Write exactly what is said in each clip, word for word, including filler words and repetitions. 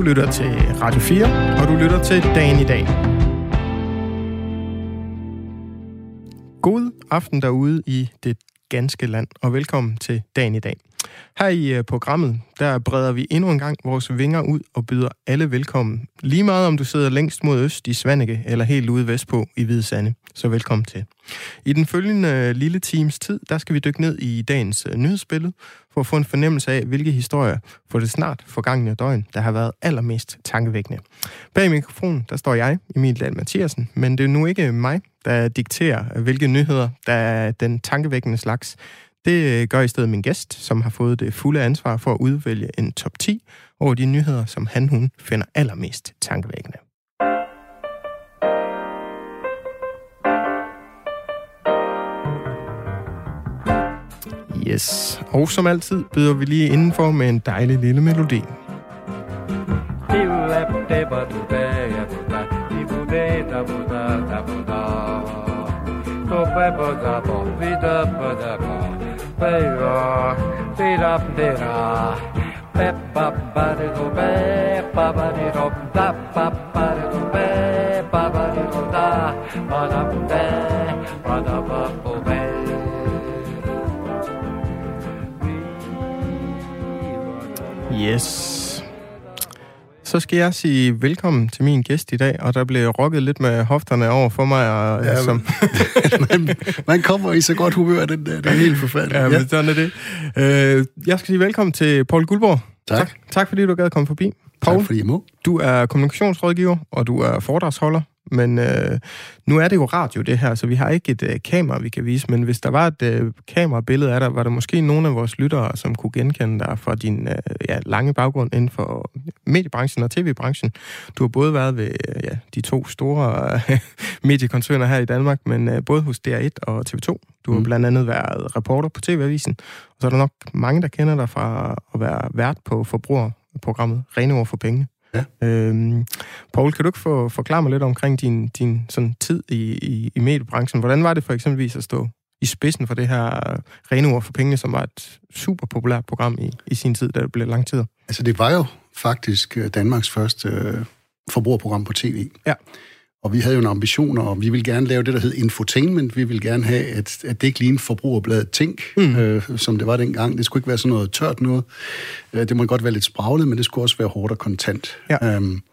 Du lytter til Radio fire, og du lytter til Dagen i dag. God aften derude i det ganske land, og velkommen til Dagen i dag. Her i programmet, der breder vi endnu en gang vores vinger ud og byder alle velkommen. Lige meget om du sidder længst mod øst i Svaneke, eller helt ude vestpå i Hvide Sande. Så velkommen til. I den følgende lille times tid, der skal vi dykke ned i dagens nyhedsbillede, for at få en fornemmelse af, hvilke historier for det snart forgangne døgn, der har været allermest tankevækkende. Bag mikrofonen, der står jeg, Emil Dahl Mathiasen, men det er nu ikke mig, der dikterer, hvilke nyheder, der er den tankevækkende slags. Det gør i stedet min gæst, som har fået det fulde ansvar for at udvælge en top ti over de nyheder, som han hun finder allermest tankevækkende. Yes, og som altid byder vi lige indenfor med en dejlig lille melodi. Yes. Så skal jeg sige velkommen til min gæst i dag, og der blev rokket lidt med hofterne over for mig. Og, ja, som... man, man kommer i så godt humør, den der. Det er helt forfærdeligt. Ja, men sådan er det. Øh, jeg skal sige velkommen til Poul Guldborg. Tak. tak. Tak fordi du gad komme forbi. Poul, tak fordi jeg må. Du er kommunikationsrådgiver, og du er foredragsholder. Men øh, nu er det jo radio, det her, så vi har ikke et øh, kamera, vi kan vise. Men hvis der var et øh, kamerabillede af dig, var der måske nogle af vores lyttere, som kunne genkende dig fra din øh, ja, lange baggrund inden for mediebranchen og tv-branchen. Du har både været ved øh, ja, de to store øh, mediekoncerner her i Danmark, men øh, både hos D R et og T V to. Du har mm. blandt andet været reporter på T V-avisen. Og så er der nok mange, der kender dig fra at være vært på forbrugerprogrammet Rene ord for pengene. Ja. Øhm, Poul, kan du ikke få, forklare mig lidt omkring din, din sådan, tid i, i, i mediebranchen? Hvordan var det for eksempelvis at stå i spidsen for det her Rene ord for pengene, som var et super populært program i, i sin tid, da det blev lang tid? Altså, det var jo faktisk Danmarks første øh, forbrugerprogram på tv. Ja. Og vi havde jo en ambition, og vi ville gerne lave det, der hed infotainment. Vi ville gerne have, at, at det ikke lignede forbrugerbladet Tænk, mm. øh, som det var dengang. Det skulle ikke være sådan noget tørt noget. Det må godt være lidt spraglet, men det skulle også være hårdt og kontant. Ja. Øhm,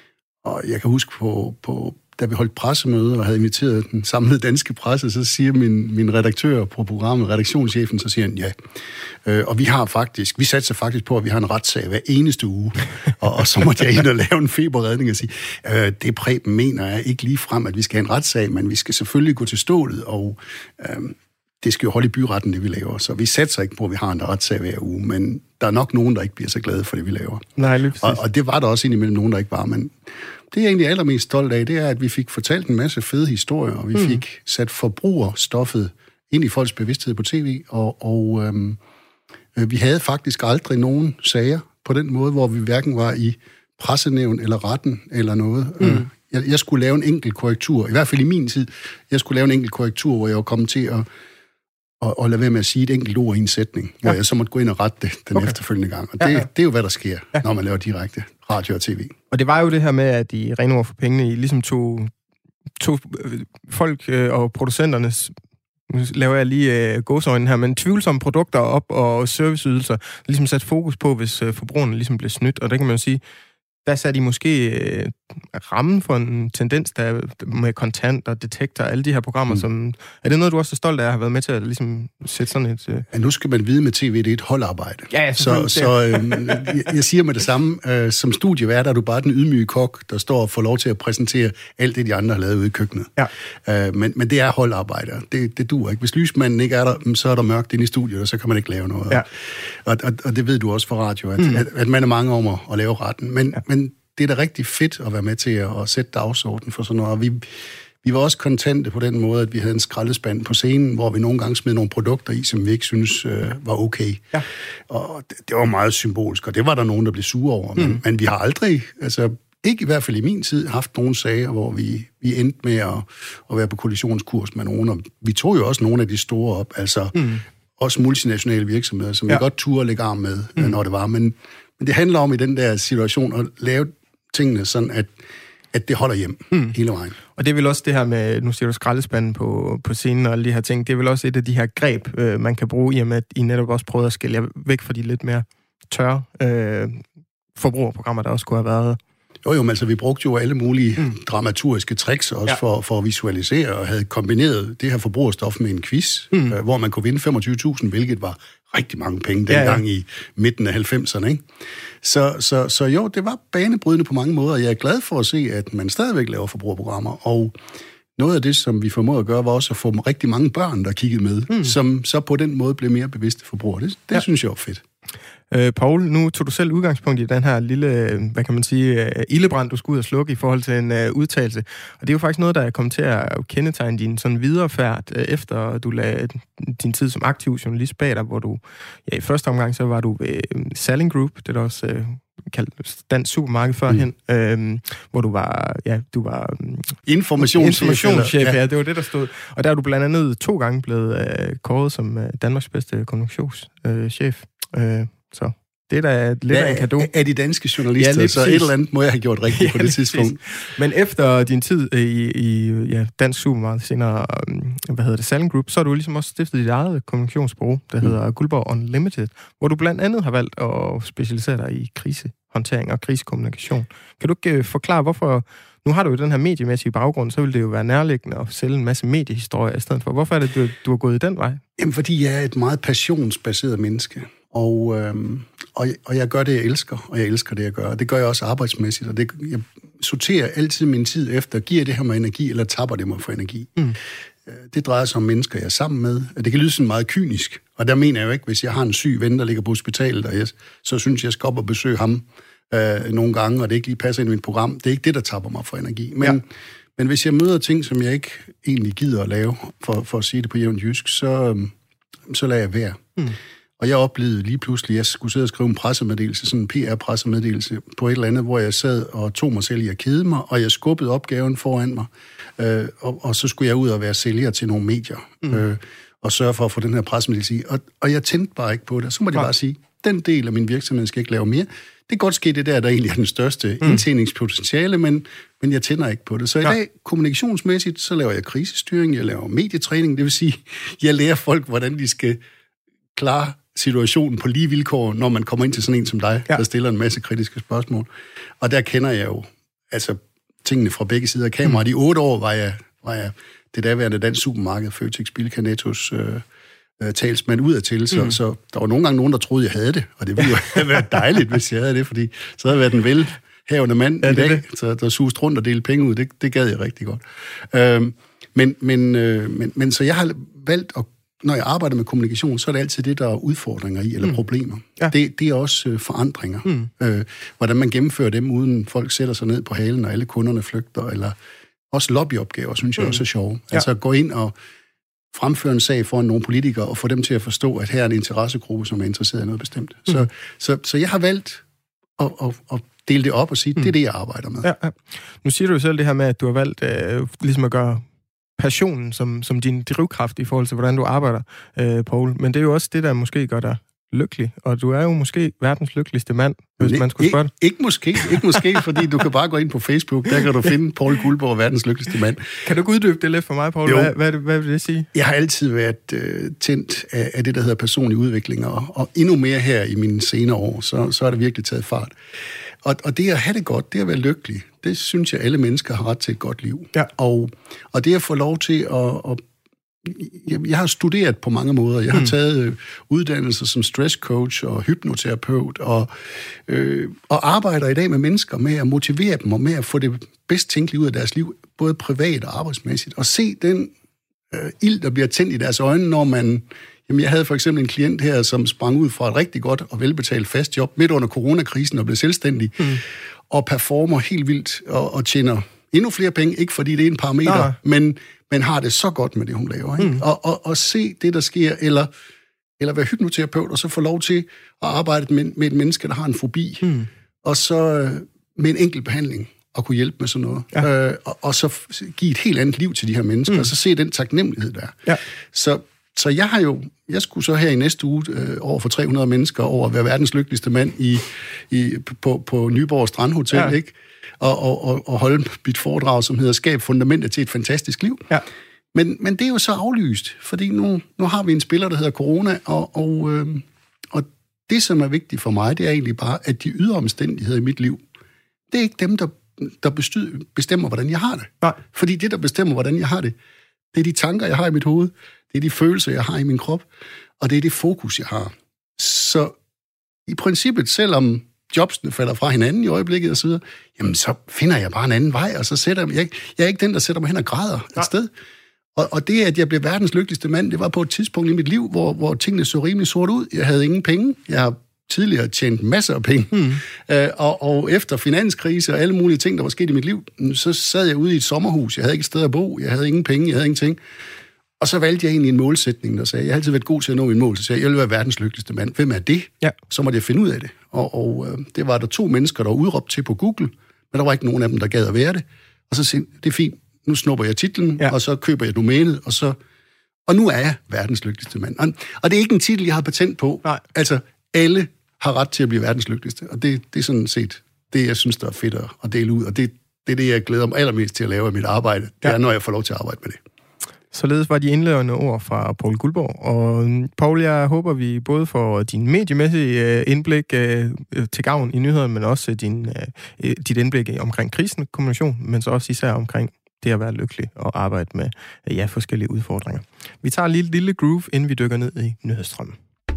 og jeg kan huske, på, på, da vi holdt pressemøde og havde inviteret den samlede danske presse, så siger min, min redaktør på programmet, redaktionschefen, så siger han ja. Øh, og vi har faktisk, vi satser faktisk på, at vi har en retssag hver eneste uge. og, og så måtte jeg ind og lave en feberredning og sige, øh, det Preben mener er ikke lige frem, at vi skal have en retssag, men vi skal selvfølgelig gå til stålet, og øh, det skal jo holde i byretten, det vi laver. Så vi satser ikke på, at vi har en retssag hver uge, men der er nok nogen, der ikke bliver så glade for det, vi laver. Nej, lige og, og det var der også indimellem nogen, der ikke var, men det jeg egentlig er allermest stolt af, det er, at vi fik fortalt en masse fede historier, og vi mm. fik sat forbrugerstoffet ind i folks bevidsthed på tv, og, og øhm, øh, vi havde faktisk aldrig nogen sager på den måde, hvor vi hverken var i pressenævn eller retten eller noget. Mm. Jeg, jeg skulle lave en enkelt korrektur, i hvert fald i min tid, jeg skulle lave en enkelt korrektur, hvor jeg var kommet til at og, og lade være med at sige et enkelt ord i en sætning, ja. Hvor jeg så måtte gå ind og rette det den okay. efterfølgende gang. Og det, ja, ja. det er jo, hvad der sker, ja. Når man laver direkte radio og tv. Og det var jo det her med, at de Rene ord for pengene, I ligesom tog, tog folk øh, og producenternes, nu laver jeg lige øh, gåseøjne her, men tvivlsomme produkter op og serviceydelser, ligesom sat fokus på, hvis øh, forbrugerne ligesom blev snydt. Og det kan man jo sige, der satte I måske øh, rammen for en tendens der med kontant og detektor og alle de her programmer, mm. som... Er det noget, du også er stolt af at have været med til at ligesom sætte sådan et... Øh... Ja, nu skal man vide med tv, det er et holdarbejde. Ja, ja, så så øh, jeg, jeg siger med det samme. Øh, som studievært er du bare den ydmyge kok, der står og får lov til at præsentere alt det, de andre har lavet ude i køkkenet. Ja. Øh, men, men det er holdarbejde. Det, det duer ikke. Hvis lysmanden ikke er der, så er der mørkt inde i studiet, og så kan man ikke lave noget. Ja. Og, og, og det ved du også fra radio, at, mm. at, at man er mange om at, at lave retten. Men, ja. men det er da rigtig fedt at være med til at, at sætte dagsordenen for sådan noget. Og vi, vi var også kontante på den måde, at vi havde en skraldespand på scenen, hvor vi nogle gange smed nogle produkter i, som vi ikke synes øh, var okay. Ja. Og det, det var meget symbolsk, og det var der nogen, der blev sure over. Mm. Men, men vi har aldrig, altså ikke i hvert fald i min tid, haft nogle sager, hvor vi, vi endte med at, at være på kollisionskurs med nogen. Og vi tog jo også nogle af de store op, altså... Mm. også multinationale virksomheder, som ja. vi godt turde lægge arm med, mm. når det var. Men, men det handler om i den der situation at lave tingene sådan, at, at det holder hjem mm. hele vejen. Og det er vel også det her med, nu siger du skraldespanden på, på scenen og alle de her ting, det er vel også et af de her greb, øh, man kan bruge i og med, at I netop også prøvede at skille jer væk fra de lidt mere tørre øh, forbrugerprogrammer, der også kunne have været. Jo, jo, men altså, vi brugte jo alle mulige mm. dramaturgiske tricks også ja. for, for at visualisere, og havde kombineret det her forbrugerstof med en quiz, mm. øh, hvor man kunne vinde femogtyve tusind, hvilket var rigtig mange penge dengang ja, ja. i midten af halvfemserne. Ikke? Så, så, så jo, det var banebrydende på mange måder, og jeg er glad for at se, at man stadigvæk laver forbrugerprogrammer, og noget af det, som vi formåede at gøre, var også at få rigtig mange børn, der kiggede med, mm. som så på den måde blev mere bevidste forbrugere. Det, det ja. synes jeg var fedt. Øh, Poul, nu tog du selv udgangspunkt i den her lille, hvad kan man sige, uh, ildebrand, du skulle ud og slukke i forhold til en uh, udtalelse. Og det er jo faktisk noget, der er kommet til at kendetegne din sådan viderefærd, uh, efter du lagde din tid som aktiv journalist bag dig, hvor du, ja, i første omgang, så var du ved uh, Salling Group, det der også uh, kaldt Dansk Supermarked førhen, mm. øh, hvor du var, ja, du var um, informationschef, informationschef ja. ja, det var det, der stod. Og der er du blandt andet to gange blevet uh, kåret som uh, Danmarks bedste kommunikationschef. Uh, Så det er da lidt ja, af en cadeau. Af de danske journalister, ja, så et eller andet må jeg have gjort rigtigt ja, på det tidspunkt. Præcis. Men efter din tid i, i ja, Dansk Supermarked, senere, hvad hedder det, Salling Group, så har du ligesom også stiftet dit eget kommunikationsbureau, der mm. hedder Guldborg Unlimited, hvor du blandt andet har valgt at specialisere dig i krisehåndtering og krisekommunikation. Kan du ikke forklare, hvorfor... Nu har du jo den her mediemæssige baggrund, så vil det jo være nærliggende at sælge en masse mediehistorier i stedet for. Hvorfor er det, du, du har gået i den vej? Jamen, fordi jeg er et meget passionsbaseret menneske. Og, øhm, og, og jeg gør det, jeg elsker, og jeg elsker det, jeg gør. Og det gør jeg også arbejdsmæssigt, og det, jeg sorterer altid min tid efter, giver det her mig energi, eller tapper det mig for energi. Mm. Det drejer sig om mennesker, jeg er sammen med. Det kan lyde sådan meget kynisk, og der mener jeg jo ikke, hvis jeg har en syg ven, der ligger på hospitalet, og jeg, så synes jeg, jeg skal op og besøge ham øh, nogle gange, og det ikke lige passer ind i mit program. Det er ikke det, der tapper mig for energi. Men, ja. men hvis jeg møder ting, som jeg ikke egentlig gider at lave, for, for at sige det på jævnt jysk, så, så lader jeg være. Mm. Og jeg oplevede lige pludselig, at jeg skulle sidde og skrive en pressemeddelelse, sådan en P R-pressemeddelelse, på et eller andet, hvor jeg sad og tog mig selv i at kede mig, og jeg skubbede opgaven foran mig, øh, og, og så skulle jeg ud og være sælger til nogle medier, mm. øh, og sørge for at få den her pressemeddelelse. Og, og jeg tænkte bare ikke på det. Så må de bare sige, den del af min virksomhed skal ikke lave mere. Det kan godt ske, det der, der egentlig er den største mm. indtjeningspotentiale, men, men jeg tænder ikke på det. Så i ja. dag, kommunikationsmæssigt, så laver jeg krisestyring, jeg laver medietræning, det vil sige, jeg lærer folk, hvordan de skal klare situationen på lige vilkår, når man kommer ind til sådan en som dig, ja. der stiller en masse kritiske spørgsmål. Og der kender jeg jo altså tingene fra begge sider af kameraet. Mm. I otte år var jeg, var jeg det daværende Dansk Supermarked, Føtex, Bilka, Nettos øh, øh, talsmand udadtil, så, mm. så der var nogle gange nogen, der troede, jeg havde det, og det ville jo have været dejligt, hvis jeg havde det, fordi så havde jeg været en velhavende mand ja, i dag, så der suste rundt og delte penge ud. Det, det gad jeg rigtig godt. Øh, men, men, øh, men, men så jeg har valgt at når jeg arbejder med kommunikation, så er det altid det, der er udfordringer i, eller mm. problemer. Ja. Det, det er også øh, forandringer. Mm. Øh, hvordan man gennemfører dem, uden folk sætter sig ned på halen, og alle kunderne flygter, eller også lobbyopgaver, synes jeg mm. også er sjove. Ja. Altså gå ind og fremføre en sag foran nogle politikere, og få dem til at forstå, at her er en interessegruppe, som er interesseret i noget bestemt. Mm. Så, så, så jeg har valgt at, at, at dele det op og sige, mm. det er det, jeg arbejder med. Ja, ja. Nu siger du jo selv det her med, at du har valgt øh, ligesom at gøre passionen som, som din drivkraft i forhold til, hvordan du arbejder, øh, Poul. Men det er jo også det, der måske gør dig lykkelig. Og du er jo måske verdens lykkeligste mand, hvis ikke, man skulle spørge. Ikke, ikke måske, ikke måske, fordi du kan bare gå ind på Facebook, der kan du finde Poul Guldborg, verdens lykkeligste mand. Kan du uddybe det lidt for mig, Poul? Hvad, hvad, hvad vil det sige? Jeg har altid været øh, tændt af, af det, der hedder personlig udvikling, og, og endnu mere her i mine senere år, så, så har det virkelig taget fart. Og, og det at have det godt, det at være lykkelig, det synes jeg, alle mennesker har ret til et godt liv. Ja. Og, og det at få lov til at... at jeg, jeg har studeret på mange måder. Jeg har mm. taget øh, uddannelser som stresscoach og hypnoterapeut, og, øh, og arbejder i dag med mennesker med at motivere dem, og med at få det bedst tænkelige ud af deres liv, både privat og arbejdsmæssigt, og se den øh, ild, der bliver tændt i deres øjne, når man... Jamen, jeg havde for eksempel en klient her, som sprang ud fra et rigtig godt og velbetalt fast job midt under coronakrisen og blev selvstændig, mm. og performer helt vildt og, og tjener endnu flere penge, ikke fordi det er en parameter, ja. men, men har det så godt med det, hun laver. Ikke? Mm. Og, og, og se det, der sker, eller, eller være hypnoterapeut, og så få lov til at arbejde med, med et menneske, der har en fobi, mm. og så med en enkelt behandling, og kunne hjælpe med sådan noget. Ja. Øh, og, og så give et helt andet liv til de her mennesker, mm. og så se den taknemmelighed der. Ja. Så så jeg har jo, jeg skulle så her i næste uge øh, over for tre hundrede mennesker over at være verdens lykkeligste mand i, i, på, på Nyborg Strandhotel, ja. ikke? Og, og, og, og holde mit foredrag, som hedder Skab fundamentet til et fantastisk liv. Ja. Men, men det er jo så aflyst, fordi nu, nu har vi en spiller, der hedder corona, og, og, øh, og det, som er vigtigt for mig, det er egentlig bare, at de ydre omstændigheder i mit liv, det er ikke dem, der, der bestyr, bestemmer, hvordan jeg har det. Nej. Fordi det, der bestemmer, hvordan jeg har det, det er de tanker, jeg har i mit hoved, det er de følelser, jeg har i min krop, og det er det fokus, jeg har. Så i princippet, selvom jobsene falder fra hinanden i øjeblikket og så videre, jamen så finder jeg bare en anden vej, og så sætter jeg jeg, jeg er ikke den, der sætter mig hen og græder et sted. Og, og det, at jeg blev verdens lykkeligste mand, det var på et tidspunkt i mit liv, hvor, hvor tingene så rimelig sort ud. Jeg havde ingen penge. Jeg har tidligere tjent masser af penge. Mm. Øh, og, og efter finanskrise og alle mulige ting, der var sket i mit liv, så sad jeg ude i et sommerhus. Jeg havde ikke et sted at bo. Jeg havde ingen penge. Jeg havde ingenting. Og så valgte jeg egentlig en målsætning, der sagde, jeg har altid været god til at nå min mål. Så sagde jeg, jeg vil være verdens lykkeligste mand. Hvem er det? Ja. Så måtte jeg finde ud af det. Og, og øh, det var der to mennesker, der var udråbt til på Google, men der var ikke nogen af dem, der gad at være det. Og så sagde det er fint. Nu snupper jeg titlen, ja. og så køber jeg domænet, og så... Og nu er jeg verdens lykkeligste mand. Og det er ikke en titel, jeg har patent på. Nej. Altså, alle har ret til at blive verdens lykkeligste. Og det, det er sådan set det, jeg synes, der er fedt at dele ud. Og det, det er det, jeg glæder mig allermest til at lave af mit arbejde. Det ja. er, når jeg får lov til at arbejde med det. Således var de indledende ord fra Poul Guldborg. Og Poul, jeg håber, vi både får din mediemæssige indblik til gavn i nyhederne, men også din, dit indblik omkring krisenkommunikation, men så også især omkring det at være lykkelig og arbejde med ja, forskellige udfordringer. Vi tager en lille, lille groove, inden vi dykker ned i nyhedsstrømmen.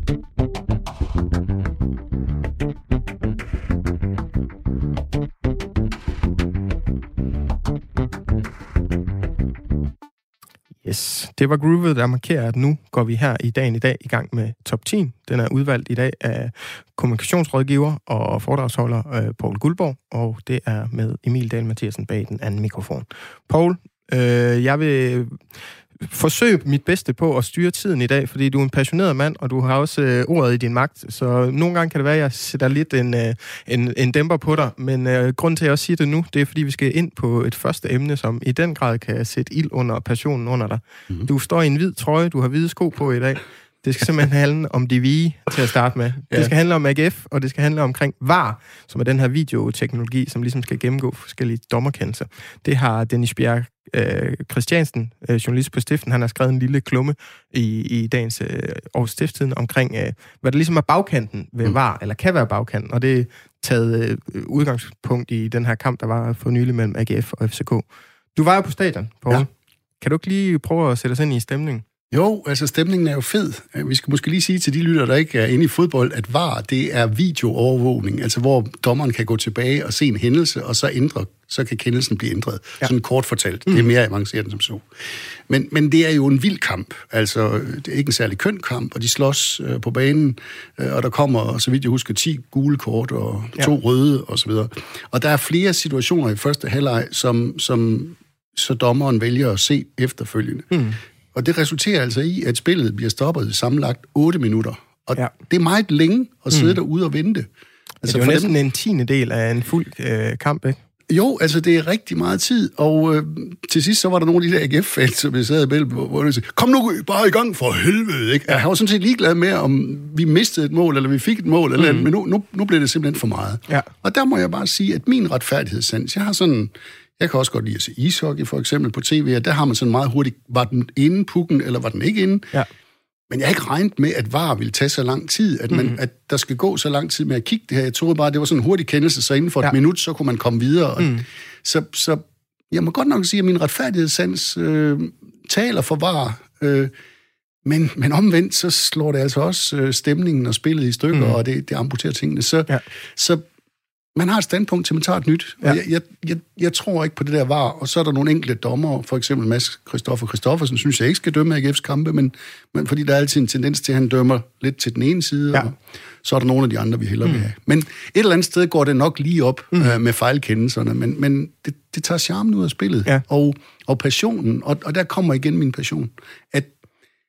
Yes, det var groovet, der markerer, at nu går vi her i dagen i dag i gang med top ti. Den er udvalgt i dag af kommunikationsrådgiver og foredragsholder øh, Poul Guldborg, og det er med Emil Dahl Mathiasen bag den anden mikrofon. Poul, øh, jeg vil forsøge mit bedste på at styre tiden i dag, fordi du er en passioneret mand, og du har også øh, ordet i din magt, så nogle gange kan det være, at jeg sætter lidt en, øh, en, en dæmper på dig, men øh, grunden til, at jeg også siger det nu, det er, fordi vi skal ind på et første emne, som i den grad kan sætte ild under passionen under dig. Mm-hmm. Du står i en hvid trøje, du har hvide sko på i dag. Det skal simpelthen handle om D V I til at starte med. Ja. Det skal handle om A G F, og det skal handle omkring V A R, som er den her videoteknologi, som ligesom skal gennemgå forskellige dommerkendelser. Det har Dennis Bjerg øh, Christiansen, øh, journalist på Stiften, han har skrevet en lille klumme i, i dagens øh, års Stiftstiden omkring, øh, hvad der ligesom er bagkanten ved mm. V A R, eller kan være bagkanten, og det er taget øh, udgangspunkt i den her kamp, der var for nylig mellem A G F og F C K. Du var jo på stadion, Poul. Ja. Kan du ikke lige prøve at sætte os ind i stemningen? Jo, altså stemningen er jo fed. Vi skal måske lige sige til de lyttere, der ikke er inde i fodbold, at V A R, det er videoovervågning, altså hvor dommeren kan gå tilbage og se en hændelse, og så ændre, så kan kendelsen blive ændret. Ja. Sådan kort fortalt. Mm. Det er mere avanceret end som så. Men, men det er jo en vild kamp. Altså, det er ikke en særlig køn kamp, og de slås øh, på banen, øh, og der kommer, så vidt jeg husker, ti gule kort og to ja. røde, og så videre. Og der er flere situationer i første halvleg, som, som så dommeren vælger at se efterfølgende. Mm. Og det resulterer altså i, at spillet bliver stoppet i sammenlagt otte minutter. Og ja. det er meget længe at sidde mm. derude og vente. Altså, ja, det er jo næsten dem... en tiende del af en fuld øh, kamp, ikke? Jo, altså det er rigtig meget tid, og øh, til sidst så var der nogle af de der A G F-fans, som vi sad imellem, hvor de sagde, kom nu bare i gang for helvede, ikke? Ja. Jeg var sådan set ligeglad med, om vi mistede et mål, eller vi fik et mål, eller mm. andet, men nu, nu, nu blev det simpelthen for meget. Ja. Og der må jeg bare sige, at min retfærdighedssans, jeg har sådan... Jeg kan også godt lide at se ishockey, for eksempel på tv, og der har man sådan meget hurtigt, var den inde pukken, eller var den ikke inde? Ja. Men jeg har ikke regnet med, at V A R ville tage så lang tid, at, man, mm. at der skal gå så lang tid med at kigge det her. Jeg troede bare, det var sådan en hurtig kendelse, så inden for ja. et minut, så kunne man komme videre. Og, mm. så, så jeg må godt nok sige, at min retfærdighedssans øh, taler for V A R, øh, men, men omvendt, så slår det altså også øh, stemningen og spillet i stykker, mm. og det, det amputerer tingene. Så, ja. så man har et standpunkt til, man tager et nyt. Ja. Og jeg, jeg, jeg, jeg tror ikke på det der V A R, og så er der nogle enkelte dommer, for eksempel Mads Christoffer Christoffersen, synes jeg ikke skal dømme A G F's kampe, men, men fordi der er altid en tendens til, at han dømmer lidt til den ene side, ja. og så er der nogle af de andre, vi hellere vil have. Men et eller andet sted går det nok lige op mm. øh, med fejlkendelserne, men, men det, det tager charmen ud af spillet, ja. og, og passionen, og, og der kommer igen min passion, at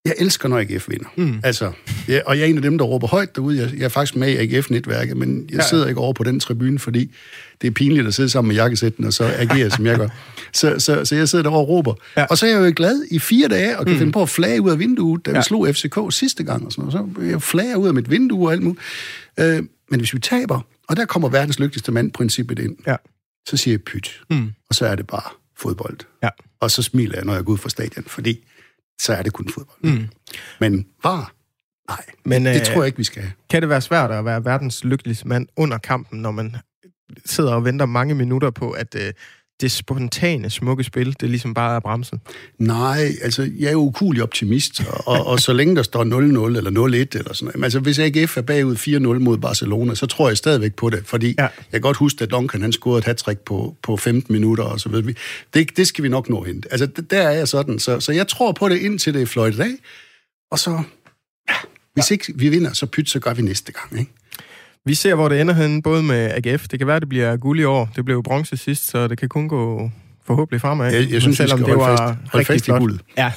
Jeg elsker, når A G F vinder. Mm. Altså, ja, og jeg er en af dem, der råber højt derude. Jeg, jeg er faktisk med i A G F-netværket, men jeg sidder ikke over på den tribune, fordi det er pinligt at sidde sammen med jakkesætten og så agere, som jeg gør. Så, så, så jeg sidder derovre og råber. Ja. Og så er jeg jo glad i fire dage, og kan mm. finde på at flage ud af vinduet, da vi ja. slog F C K sidste gang. Og sådan noget. Så jeg flager ud af mit vindue og alt muligt. Øh, men hvis vi taber, og der kommer verdens lykkeligste mand-princippet ind, ja. så siger jeg pyt. Mm. Og så er det bare fodbold. Ja. Og så smiler jeg, når jeg går ud fra stadion, fordi så er det kun fodbold. Mm. Men var? Nej, Men, det øh, tror jeg ikke, vi skal have. Kan det være svært at være verdens lykkeligste mand under kampen, når man sidder og venter mange minutter på, at øh, det spontane, smukke spil, det ligesom bare er bremset? Nej, altså, jeg er jo ukuelig optimist, og, og så længe der står nul nul eller nul et eller sådan noget. Altså, hvis A G F er bagud fire nul mod Barcelona, så tror jeg stadigvæk på det, fordi ja. jeg kan godt huske, at Duncan, han scorede et hat-trick på, på femten minutter, og så videre. Det, det skal vi nok nå hen. Altså, der er jeg sådan, så, så jeg tror på det, indtil det er fløjtet af, og så, ja, hvis ja. ikke vi vinder, så pyt, så gør vi næste gang, ikke? Vi ser, hvor det ender hen, både med A G F. Det kan være, det bliver guld i år. Det blev bronze sidst, så det kan kun gå forhåbentlig fremad. Jeg, jeg synes, selvom vi skal holde fast, holde fast i guldet. Ja.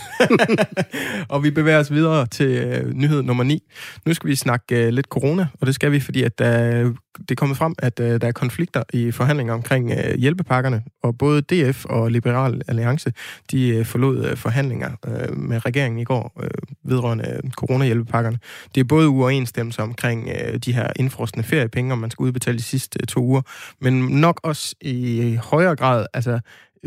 Og vi bevæger os videre til øh, nyhed nummer ni. Nu skal vi snakke øh, lidt corona, og det skal vi, fordi at, øh, det er kommet frem, at øh, der er konflikter i forhandlinger omkring øh, hjælpepakkerne, og både D F og Liberal Alliance, de øh, forlod øh, forhandlinger øh, med regeringen i går øh, vedrørende øh, coronahjælpepakkerne. Det er både uoverensstemmelser omkring øh, de her indfrosne feriepenge, om man skal udbetale de sidste øh, to uger, men nok også i højere grad, altså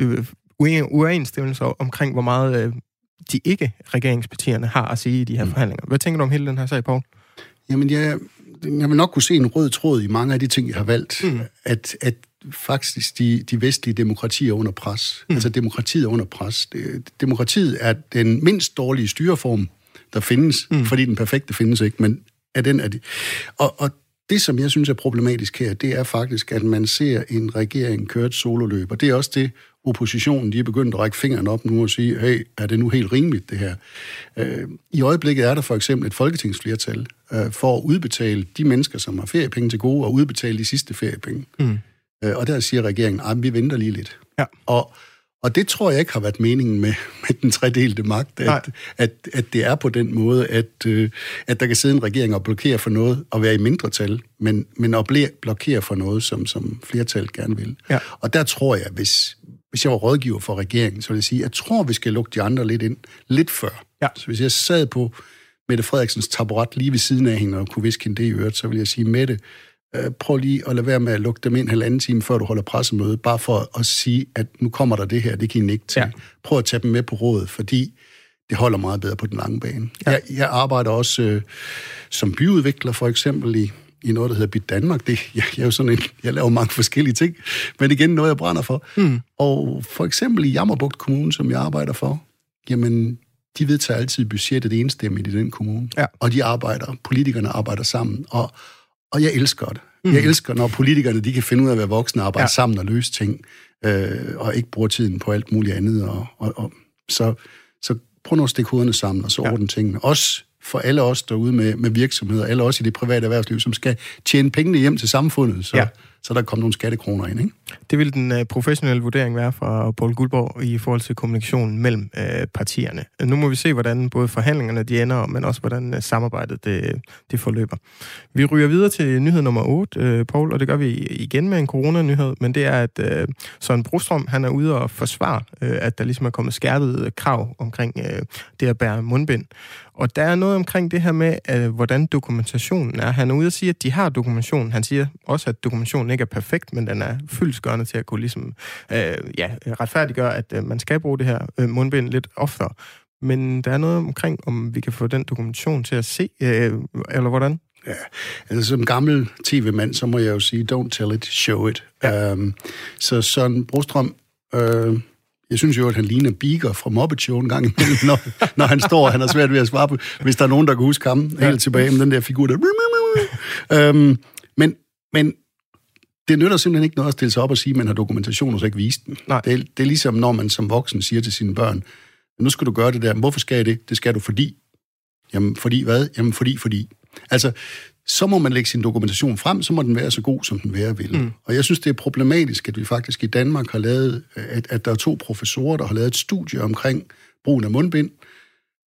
uoverensstemmelser omkring, hvor meget øh, de ikke-regeringspartierne har at sige i de her mm. forhandlinger. Hvad tænker du om hele den her sag, Poul? Jamen, jeg, jeg vil nok kunne se en rød tråd i mange af de ting, jeg har valgt. Mm. At, at faktisk de, de vestlige demokratier er under pres. Mm. Altså, demokratiet er under pres. Det, demokratiet er den mindst dårlige styreform, der findes, mm. fordi den perfekte findes ikke, men er den er det. Og, og det, som jeg synes er problematisk her, det er faktisk, at man ser en regering køre et sololøb, og det er også det, oppositionen, de er begyndt at række fingeren op nu og sige, hey, er det nu helt rimeligt, det her? Øh, I øjeblikket er der for eksempel et folketingsflertal øh, for at udbetale de mennesker, som har feriepenge til gode, og udbetale de sidste feriepenge. Mm. Øh, og der siger regeringen, at vi venter lige lidt. Ja. Og, og det tror jeg ikke har været meningen med, med den tredelte magt, at, at, at det er på den måde, at, øh, at der kan sidde en regering og blokere for noget, og være i mindretal, men, men at blokere for noget, som, som flertallet gerne vil. Ja. Og der tror jeg, hvis... Hvis jeg var rådgiver for regeringen, så vil jeg sige, jeg tror, vi skal lukke de andre lidt ind, lidt før. Ja. Så hvis jeg sad på Mette Frederiksens taburet lige ved siden af hende, og kunne viske hende det i øret, så vil jeg sige, Mette, øh, prøv lige at lade være med at lukke dem ind halvanden time, før du holder pressemøde, bare for at sige, at nu kommer der det her, det kan I ikke til. Ja. Prøv at tage dem med på rådet, fordi det holder meget bedre på den lange bane. Ja. Jeg, jeg arbejder også øh, som byudvikler, for eksempel i i noget, der hedder Bit Danmark. Det, jeg, jeg, er jo sådan en, jeg laver mange forskellige ting, men igen noget, jeg brænder for. Mm. Og for eksempel i Jammerbugt Kommune, som jeg arbejder for, jamen, de vedtager altid budgettet enstemmigt i den kommune. Ja. Og de arbejder, politikerne arbejder sammen. Og, og jeg elsker det. Mm. Jeg elsker, når politikerne de kan finde ud af at være voksne og arbejde ja. sammen og løse ting, øh, og ikke bruge tiden på alt muligt andet. Og, og, og, så, så prøv nu at stikke hovederne sammen, og så ja. ordne tingene. Også for alle os derude med, med virksomheder, alle os i det private erhvervsliv, som skal tjene pengene hjem til samfundet, så, ja. så der kommer nogle skattekroner ind, ikke? Det vil den uh, professionelle vurdering være fra Poul Guldborg i forhold til kommunikationen mellem uh, partierne. Nu må vi se, hvordan både forhandlingerne de ender, men også hvordan uh, samarbejdet det, det forløber. Vi ryger videre til nyhed nummer otte, uh, Poul, og det gør vi igen med en coronanyhed, men det er, at uh, Søren Brostrøm, han er ude og forsvare, uh, at der ligesom er kommet skærpet krav omkring uh, det at bære mundbind. Og der er noget omkring det her med, uh, hvordan dokumentationen er. Han er ude og sige, at de har dokumentation. Han siger også, at dokumentationen ikke er perfekt, men den er fyldestgørende til at kunne ligesom, øh, ja, retfærdiggøre, at øh, man skal bruge det her øh, mundbind lidt oftere. Men der er noget omkring, om vi kan få den dokumentation til at se, øh, eller hvordan? Ja, altså som gammel tv-mand, så må jeg jo sige, don't tell it, show it. Ja. Um, så Søren Brostrøm, øh, jeg synes jo, at han ligner Beaker fra Muppet Show en gang imellem, når, når han står, og han har svært ved at svare på, hvis der er nogen, der kan huske ham ja. helt tilbage med den der figur, der... um, men, men det nytter simpelthen ikke noget at stille sig op og sige, at man har dokumentation, og så ikke vise den. Det er, det er ligesom, når man som voksen siger til sine børn, nu skal du gøre det der. Hvorfor skal jeg det? Det skal du fordi. Jamen, fordi hvad? Jamen, fordi, fordi. Altså, så må man lægge sin dokumentation frem, så må den være så god, som den være vil. Mm. Og jeg synes, det er problematisk, at vi faktisk i Danmark har lavet, at, at der er to professorer, der har lavet et studie omkring brugen af mundbind.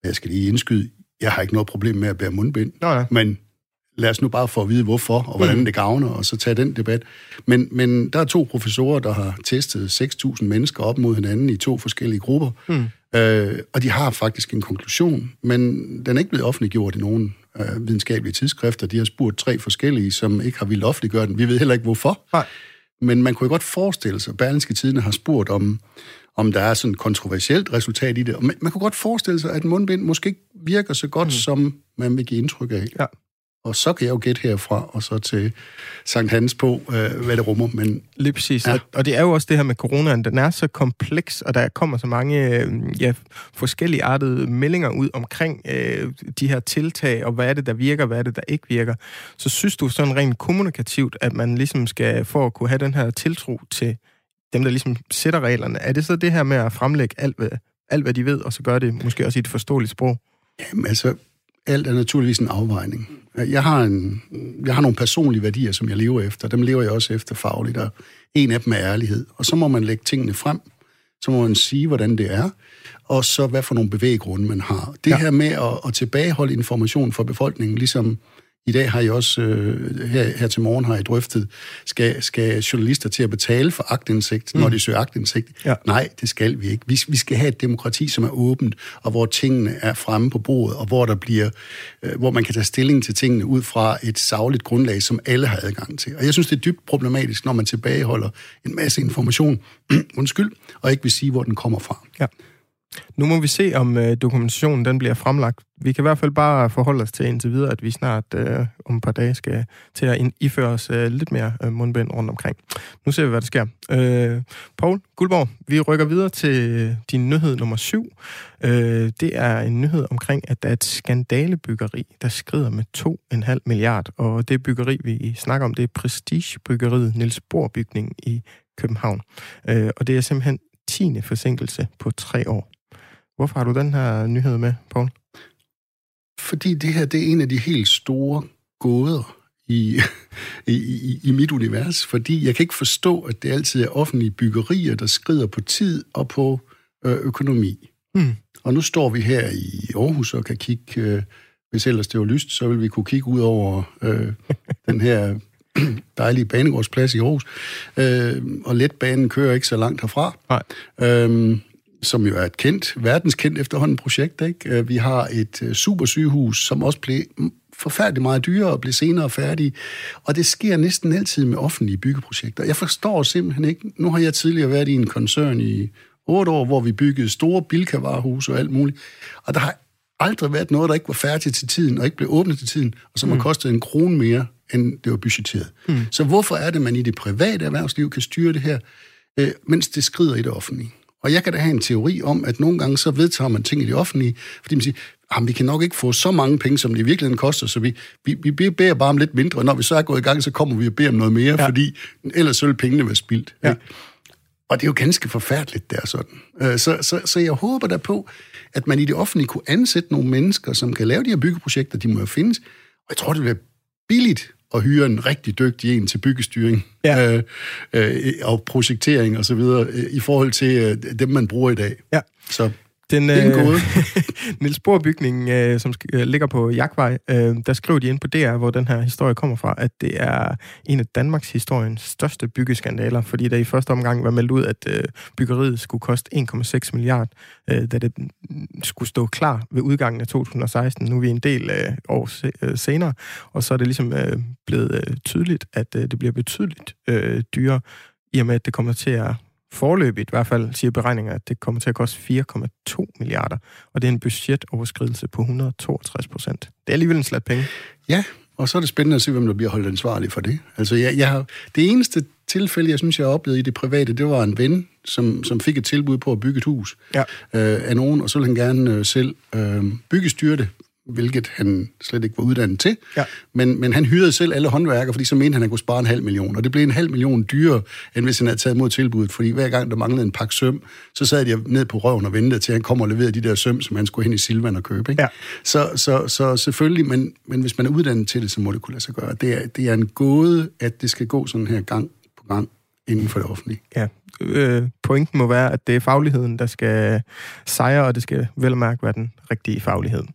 Jeg skal lige indskyde, jeg har ikke noget problem med at bære mundbind, Nå, ja. men lad os nu bare få at vide, hvorfor og hvordan mm. det gavner, og så tage den debat. Men, men der er to professorer, der har testet seks tusind mennesker op mod hinanden i to forskellige grupper, mm. øh, og de har faktisk en konklusion, men den er ikke blevet offentliggjort i nogen øh, videnskabelige tidsskrifter. De har spurgt tre forskellige, som ikke har vildt offentliggøre den. Vi ved heller ikke, hvorfor. Nej. Men man kunne jo godt forestille sig, Berlingske Tidende har spurgt om, om der er sådan et kontroversielt resultat i det. Og man, man kunne godt forestille sig, at mundbind måske ikke virker så godt, mm. som man vil give indtryk af. Ja. Og så kan jeg jo gætte herfra, og så til Sankt Hans på, øh, hvad det rummer. Men, lige præcis. Ja. Og det er jo også det her med coronaen. Den er så kompleks, og der kommer så mange øh, ja, forskellige artede meldinger ud omkring øh, de her tiltag, og hvad er det, der virker, hvad er det, der ikke virker. Så synes du sådan rent kommunikativt, at man ligesom skal, for at kunne have den her tiltro til dem, der ligesom sætter reglerne, er det så det her med at fremlægge alt, hvad, alt, hvad de ved, og så gøre det måske også i et forståeligt sprog? Jamen altså, alt er naturligvis en afvejning. Jeg har, en, jeg har nogle personlige værdier, som jeg lever efter. Dem lever jeg også efter fagligt, og en af dem er ærlighed. Og så må man lægge tingene frem, så må man sige, hvordan det er, og så hvad for nogle bevæggrunde man har. Det ja. her med at, at tilbageholde information for befolkningen, ligesom i dag har jeg også, øh, her, her til morgen har jeg drøftet, skal, skal journalister til at betale for aktindsigt, mm. når de søger aktindsigt? Ja. Nej, det skal vi ikke. Vi, vi skal have et demokrati, som er åbent, og hvor tingene er fremme på bordet, og hvor der bliver, øh, hvor man kan tage stilling til tingene ud fra et sagligt grundlag, som alle har adgang til. Og jeg synes, det er dybt problematisk, når man tilbageholder en masse information, undskyld, og ikke vil sige, hvor den kommer fra. Ja. Nu må vi se, om øh, dokumentationen den bliver fremlagt. Vi kan i hvert fald bare forholde os til indtil videre, at vi snart øh, om et par dage skal til at indføre os øh, lidt mere øh, mundbind rundt omkring. Nu ser vi, hvad der sker. Øh, Poul Guldborg, vi rykker videre til din nyhed nummer syv. Øh, det er en nyhed omkring, at der er et skandalebyggeri, der skrider med to komma fem milliard. Og det byggeri, vi snakker om, det er prestigebyggeriet Niels Bohr Bygning i København. Øh, og det er simpelthen tiende forsinkelse på tre år. Hvorfor har du den her nyhed med, Poul? Fordi det her, det er en af de helt store gåder i, i, i, i mit univers. Fordi jeg kan ikke forstå, at det altid er offentlige byggerier, der skrider på tid og på øh, økonomi. Hmm. Og nu står vi her i Aarhus og kan kigge, øh, hvis ellers det var lyst, så vil vi kunne kigge ud over øh, den her dejlige banegårdsplads i Aarhus. Øh, og letbanen kører ikke så langt herfra. Nej. Øh, som jo er et kendt, verdenskendt efterhånden projekt, ikke? Vi har et supersygehus, som også blev forfærdeligt meget dyrere og blev senere færdige. Og det sker næsten altid med offentlige byggeprojekter. Jeg forstår simpelthen ikke. Nu har jeg tidligere været i en koncern i otte år, hvor vi byggede store Bilka-varehuse og alt muligt. Og der har aldrig været noget, der ikke var færdigt til tiden, og ikke blev åbnet til tiden, og som mm. har kostet en krone mere, end det var budgetteret. Mm. Så hvorfor er det, man i det private erhvervsliv kan styre det her, øh, mens det skrider i det offentlige? Og jeg kan da have en teori om, at nogle gange så vedtager man ting i det offentlige, fordi man siger, at vi kan nok ikke få så mange penge, som det i virkeligheden koster, så vi, vi, vi beder bare om lidt mindre, og når vi så er gået i gang, så kommer vi og beder om noget mere, ja. fordi ellers så vil pengene være spildt. Ja. Og det er jo ganske forfærdeligt, der sådan. Så, så, så jeg håber da på, at man i det offentlige kunne ansætte nogle mennesker, som kan lave de her byggeprojekter, de må jo findes, og jeg tror, det vil være billigt at hyre en rigtig dygtig en til byggestyring ja. øh, øh, og projektering og så videre, øh, i forhold til øh, dem, man bruger i dag. Ja. Så den, det er en gåde. Niels Bohr Bygning, øh, som øh, ligger på Jagtvej, øh, der skriver de ind på D R, hvor den her historie kommer fra, at det er en af Danmarks historiens største byggeskandaler, fordi der i første omgang var meldt ud, at øh, byggeriet skulle koste en komma seks milliard, øh, da det skulle stå klar ved udgangen af to tusind og seksten. Nu er vi en del øh, år se, øh, senere, og så er det ligesom øh, blevet øh, tydeligt, at øh, det bliver betydeligt øh, dyrere, i og med, at det kommer til at foreløbigt i hvert fald siger beregninger, at det kommer til at koste fire komma to milliarder, og det er en budgetoverskridelse på et hundrede og toogtres procent. Det er alligevel en slat penge. Ja, og så er det spændende at se, hvem der bliver holdt ansvarlig for det. Altså, jeg, jeg har, det eneste tilfælde, jeg synes, jeg har oplevet i det private, det var en ven, som, som fik et tilbud på at bygge et hus ja. øh, af nogen, og så ville han gerne øh, selv øh, byggestyre det, hvilket han slet ikke var uddannet til. Ja. Men, men han hyrede selv alle håndværkere, fordi så mente han, at han kunne spare en halv million. Og det blev en halv million dyrere, end hvis han havde taget imod tilbuddet. Fordi hver gang der manglede en pakke søm, så sad de ned på røven og ventede til, at han kom og leverede de der søm, som han skulle hen i Silvan og købe. Ikke? Ja. Så, så, så selvfølgelig, men, men hvis man er uddannet til det, så må det kunne lade sig gøre. Det er, det er en gåde, at det skal gå sådan her gang på gang. inden for det offentlige. Ja, øh, pointen må være, at det er fagligheden, der skal sejre, og det skal vel og mærke være den rigtige faglighed.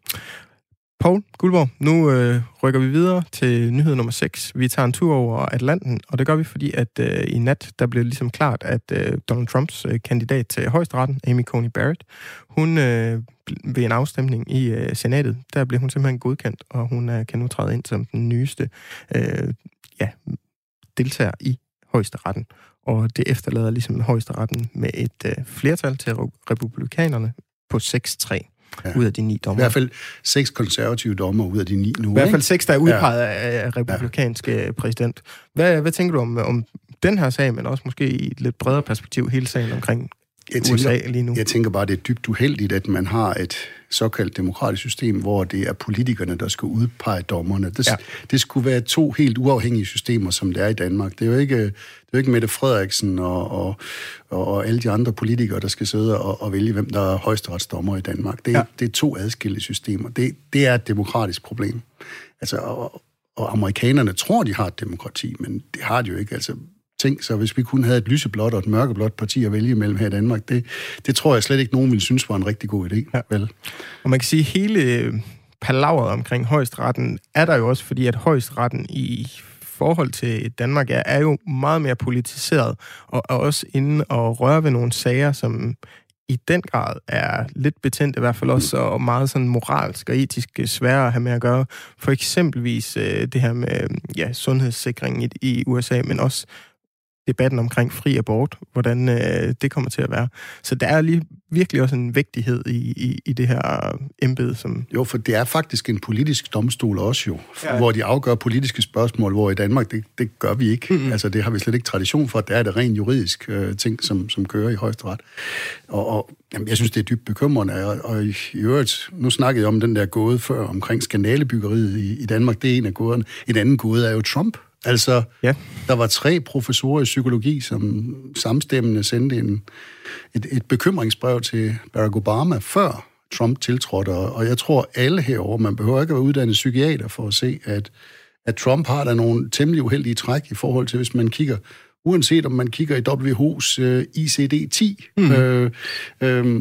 Poul Guldborg, nu øh, rykker vi videre til nyhed nummer seks. Vi tager en tur over Atlanten, og det gør vi, fordi at øh, i nat, der blev ligesom klart, at øh, Donald Trumps øh, kandidat til højesteretten, Amy Coney Barrett, hun øh, ved en afstemning i øh, senatet, der blev hun simpelthen godkendt, og hun øh, kan nu træde ind som den nyeste øh, ja, deltager i højesteretten. Og det efterlader ligesom højesteretten med et øh, flertal til republikanerne på seks tre. Ja. Ud af de ni dommer. I hvert fald seks konservative dommer ud af de ni nu. I hvert fald seks, der er udpeget ja. af republikanske ja. præsident. Hvad, hvad tænker du om, om den her sag, men også måske i et lidt bredere perspektiv, hele sagen omkring jeg tænker, U S A lige nu? Jeg tænker bare, det er dybt uheldigt, at man har et såkaldt demokratisk system, hvor det er politikerne, der skal udpege dommerne. Det, ja. det skulle være to helt uafhængige systemer, som det er i Danmark. Det er jo ikke, det er jo ikke Mette Frederiksen og, og, og alle de andre politikere, der skal sidde og, og vælge, hvem der er højesteretsdommer i Danmark. Det, ja. det er to adskilte systemer. Det, det er et demokratisk problem. Altså, og, og amerikanerne tror, de har et demokrati, men det har de jo ikke. Altså, tænk så, hvis vi kun havde et lyseblåt og et mørkeblåt parti at vælge mellem her i Danmark, det, det tror jeg slet ikke, nogen ville synes var en rigtig god idé. Ja. Vel? Og man kan sige, at hele palaveret omkring højesteretten er der jo også, fordi at højesteretten i forhold til Danmark er, er jo meget mere politiseret, og er også inde og røre ved nogle sager, som i den grad er lidt betændt, i hvert fald også, og meget sådan moralsk og etisk svære at have med at gøre. For eksempelvis øh, det her med ja, sundhedssikringen i, i U S A, men også debatten omkring fri abort, hvordan øh, det kommer til at være. Så der er lige virkelig også en vægtighed i, i, i det her embede, som... Jo, for det er faktisk en politisk domstol også jo, ja. Hvor de afgør politiske spørgsmål, hvor i Danmark, det, det gør vi ikke. Mm-hmm. Altså, det har vi slet ikke tradition for. Der er det rent juridisk øh, ting, som, som kører i højesteret. Og, og jamen, jeg synes, det er dybt bekymrende. Og, og i, i øvrigt, nu snakkede jeg om den der gåde før, omkring skandalebyggeriet i, i Danmark. Det er en af gåderne. En anden gåde er jo Trump. Altså, ja. Der var tre professorer i psykologi, som samstemmende sendte en, et, et bekymringsbrev til Barack Obama, før Trump tiltrådte. Og jeg tror, alle herovre, man behøver ikke at være uddannet psykiater for at se, at, at Trump har der nogle temmelig uheldige træk i forhold til, hvis man kigger, uanset om man kigger i W H's uh, I C D ti mm. øh, øh,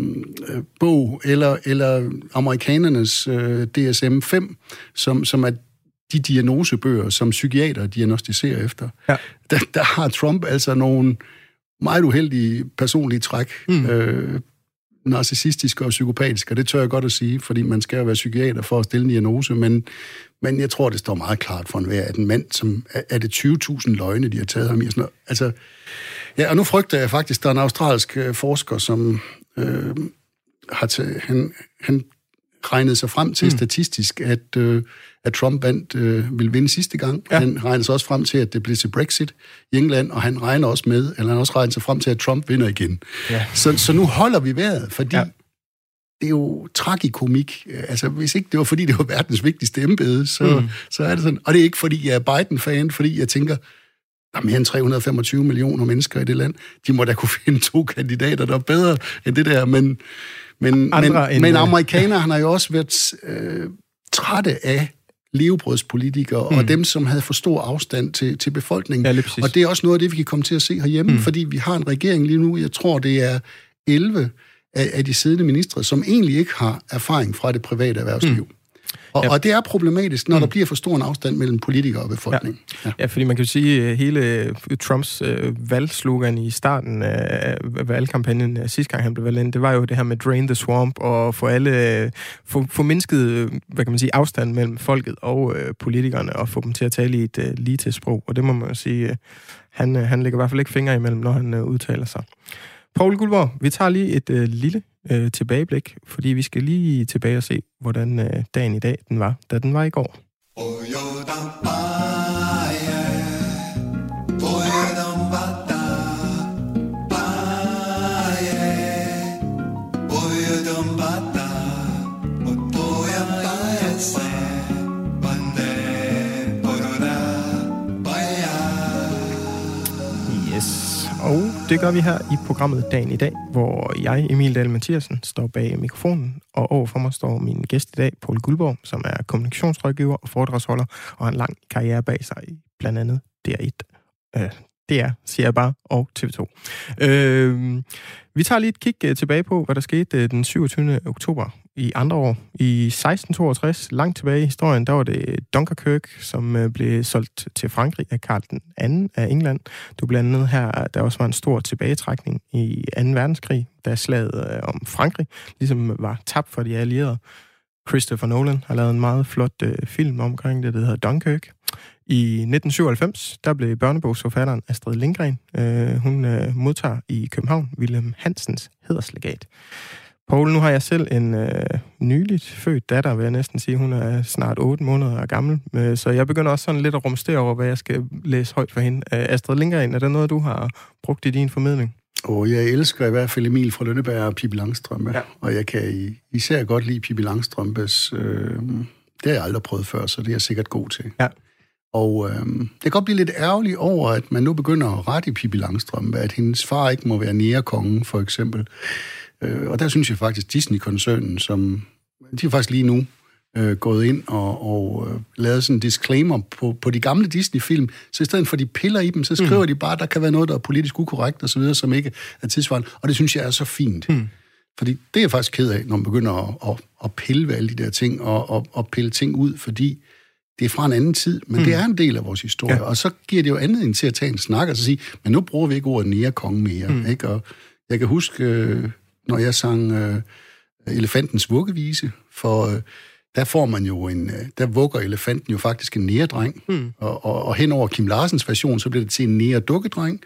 bog, eller, eller amerikanernes uh, D S M fem, som, som er de diagnosebøger, som psykiater diagnostiserer efter. Ja. Der, der har Trump altså nogle meget uheldige personlige træk, mm. øh, narcissistiske og psykopatiske, og det tør jeg godt at sige, fordi man skal jo være psykiater for at stille en diagnose, men, men jeg tror, det står meget klart for enhver, at en mand, som er det tyve tusind løgne, de har taget ham i. Sådan noget. Altså, ja, og nu frygter jeg faktisk, der er en australsk forsker, som øh, har taget, han, han regnede sig frem til mm. statistisk, at, øh, at Trump vandt, øh, ville vinde sidste gang. Ja. Han regnede sig også frem til, at det blev til Brexit i England, og han regner også med, eller han også regner sig frem til, at Trump vinder igen. Ja. Så, så nu holder vi vejret, fordi ja. det er jo tragikomik. Altså, hvis ikke det var, fordi det var verdens vigtigste embede, så, mm. så er det sådan. Og det er ikke, fordi jeg er Biden-fan, fordi jeg tænker, der er mere end tre hundrede og femogtyve millioner mennesker i det land. De må da kunne finde to kandidater, der er bedre end det der, men Men, men, men amerikanere, han har jo også været øh, trætte af levebrødspolitikere, mm. og dem, som havde for stor afstand til, til befolkningen. Ja, og det er også noget af det, vi kan komme til at se herhjemme, mm. fordi vi har en regering lige nu, jeg tror, det er elleve af, af de siddende ministre, som egentlig ikke har erfaring fra det private erhvervsliv. Mm. Og, ja. og det er problematisk, når mm. der bliver for stor en afstand mellem politikere og befolkning. Ja, ja. ja fordi man kan jo sige, at hele Trumps øh, valgslogan i starten af valgkampagnen øh, sidste gang, han blev valgt ind, det var jo det her med drain the swamp, og få alle, øh, få, få mindsket, hvad kan man sige, afstand mellem folket og øh, politikerne, og få dem til at tale i et øh, lige til sprog. Og det må man jo sige, øh, han, øh, han lægger i hvert fald ikke fingre imellem, når han øh, udtaler sig. Poul Guldborg, vi tager lige et øh, lille øh, tilbageblik, fordi vi skal lige tilbage og se, hvordan øh, dagen i dag den var, da den var i går. Og det gør vi her i programmet Dagen i dag, hvor jeg, Emil Dahl Mathiasen, står bag mikrofonen, og overfor mig står min gæst i dag, Poul Guldborg, som er kommunikationsrådgiver og foredragsholder, og har en lang karriere bag sig i blandt andet D R et. Øh, D R, siger jeg bare, og T V to. Øh, vi tager lige et kig tilbage på, hvad der skete den syvogtyvende oktober i andre år. I seksten toogtres, langt tilbage i historien, der var det Dunkerque, som blev solgt til Frankrig af Karl den anden af England. Det var blandt andet her, der også var en stor tilbagetrækning i anden verdenskrig, da slaget om Frankrig ligesom var tabt for de allierede. Christopher Nolan har lavet en meget flot øh, film omkring det, der hedder Dunkirk. I nitten syvoghalvfems, der blev børnebogsforfatteren Astrid Lindgren. Øh, hun øh, modtager i København Wilhelm Hansens hæderslegat. Poul, nu har jeg selv en øh, nyligt født datter, vil jeg næsten sige. Hun er snart otte måneder gammel, øh, så jeg begynder også sådan lidt at rumstere over, hvad jeg skal læse højt for hende. Øh, Astrid Lindgren, er det noget, du har brugt i din formidling? Og jeg elsker i hvert fald Emil fra Lønneberg og Pippi Langstrømpe, ja. Og jeg kan især godt lide Pippi Langstrømpes. Øh, det har jeg aldrig prøvet før, så det er jeg sikkert god til. Ja. Og øh, jeg kan godt blive lidt ærgerlig over, at man nu begynder at rette i Pippi Langstrømpe, at hendes far ikke må være nærekongen, for eksempel. Øh, og der synes jeg faktisk, Disney-koncernen, som de er faktisk lige nu øh, gået ind og, og øh, lavet sådan en disclaimer på, på de gamle Disney-film, så i stedet for de piller i dem, så skriver mm. de bare, at der kan være noget, der er politisk ukorrekt og så videre, som ikke er tidsvarende. Og det synes jeg er så fint. Mm. Fordi det er jeg faktisk ked af, når man begynder at, at, at pille ved alle de der ting, og, og, og pille ting ud, fordi det er fra en anden tid, men mm. det er en del af vores historie. Ja. Og så giver det jo anledning til at tage en snak og så sige, men nu bruger vi ikke ordet nærekonge mere. Mm. Ikke? Og jeg kan huske, øh, når jeg sang øh, Elefantens vuggevise, for øh, der får man jo en, øh, der vugger elefanten jo faktisk en næredreng, mm. og, og, og hen over Kim Larsens version, så bliver det til en næredukkedreng,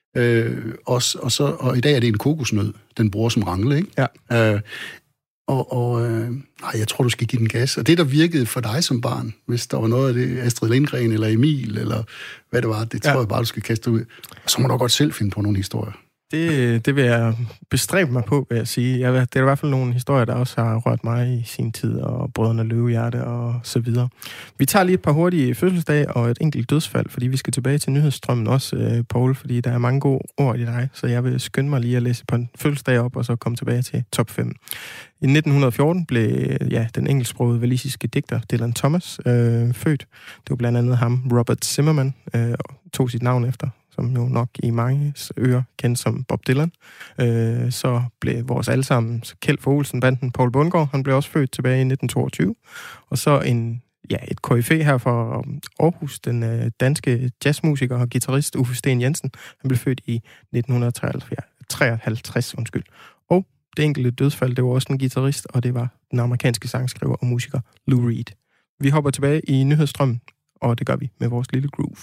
øh, og, og, så, og i dag er det en kokosnød, den bruger som rangle, ikke? Ja. Øh, Og, og øh, nej, jeg tror, du skal give den gas. Og det, der virkede for dig som barn, hvis der var noget af det, Astrid Lindgren eller Emil, eller hvad det var, det tror ja. jeg bare, du skal kaste ud. Og så må du godt selv finde på nogle historier. Det, det vil jeg bestræbe mig på, vil jeg sige. Jeg, det er i hvert fald nogle historier, der også har rørt mig i sin tid, og Brødrene Løvehjerte og så videre. Vi tager lige et par hurtige fødselsdage og et enkelt dødsfald, fordi vi skal tilbage til nyhedsstrømmen også, øh, Poul, fordi der er mange gode ord i dig, så jeg vil skynde mig lige at læse på en fødselsdag op, og så komme tilbage til top fem. I nitten fjorten blev ja, den engelsksprogede walisiske digter Dylan Thomas øh, født. Det var blandt andet ham, Robert Zimmerman, øh, tog sit navn efter, som jo nok i mange ører kendt som Bob Dylan. Øh, så blev vores allesammens Kjeld for Olsen-banden Poul Bundgaard, han blev også født tilbage i nitten toogtyve. Og så en, ja, et koryfæ her fra Aarhus, den øh, danske jazzmusiker og guitarist Uffe Steen Jensen, han blev født i nitten treoghalvtreds, undskyld. Og det enkelte dødsfald, det var også en guitarist, og det var den amerikanske sangskriver og musiker Lou Reed. Vi hopper tilbage i nyhedsstrømmen, og det gør vi med vores lille groove.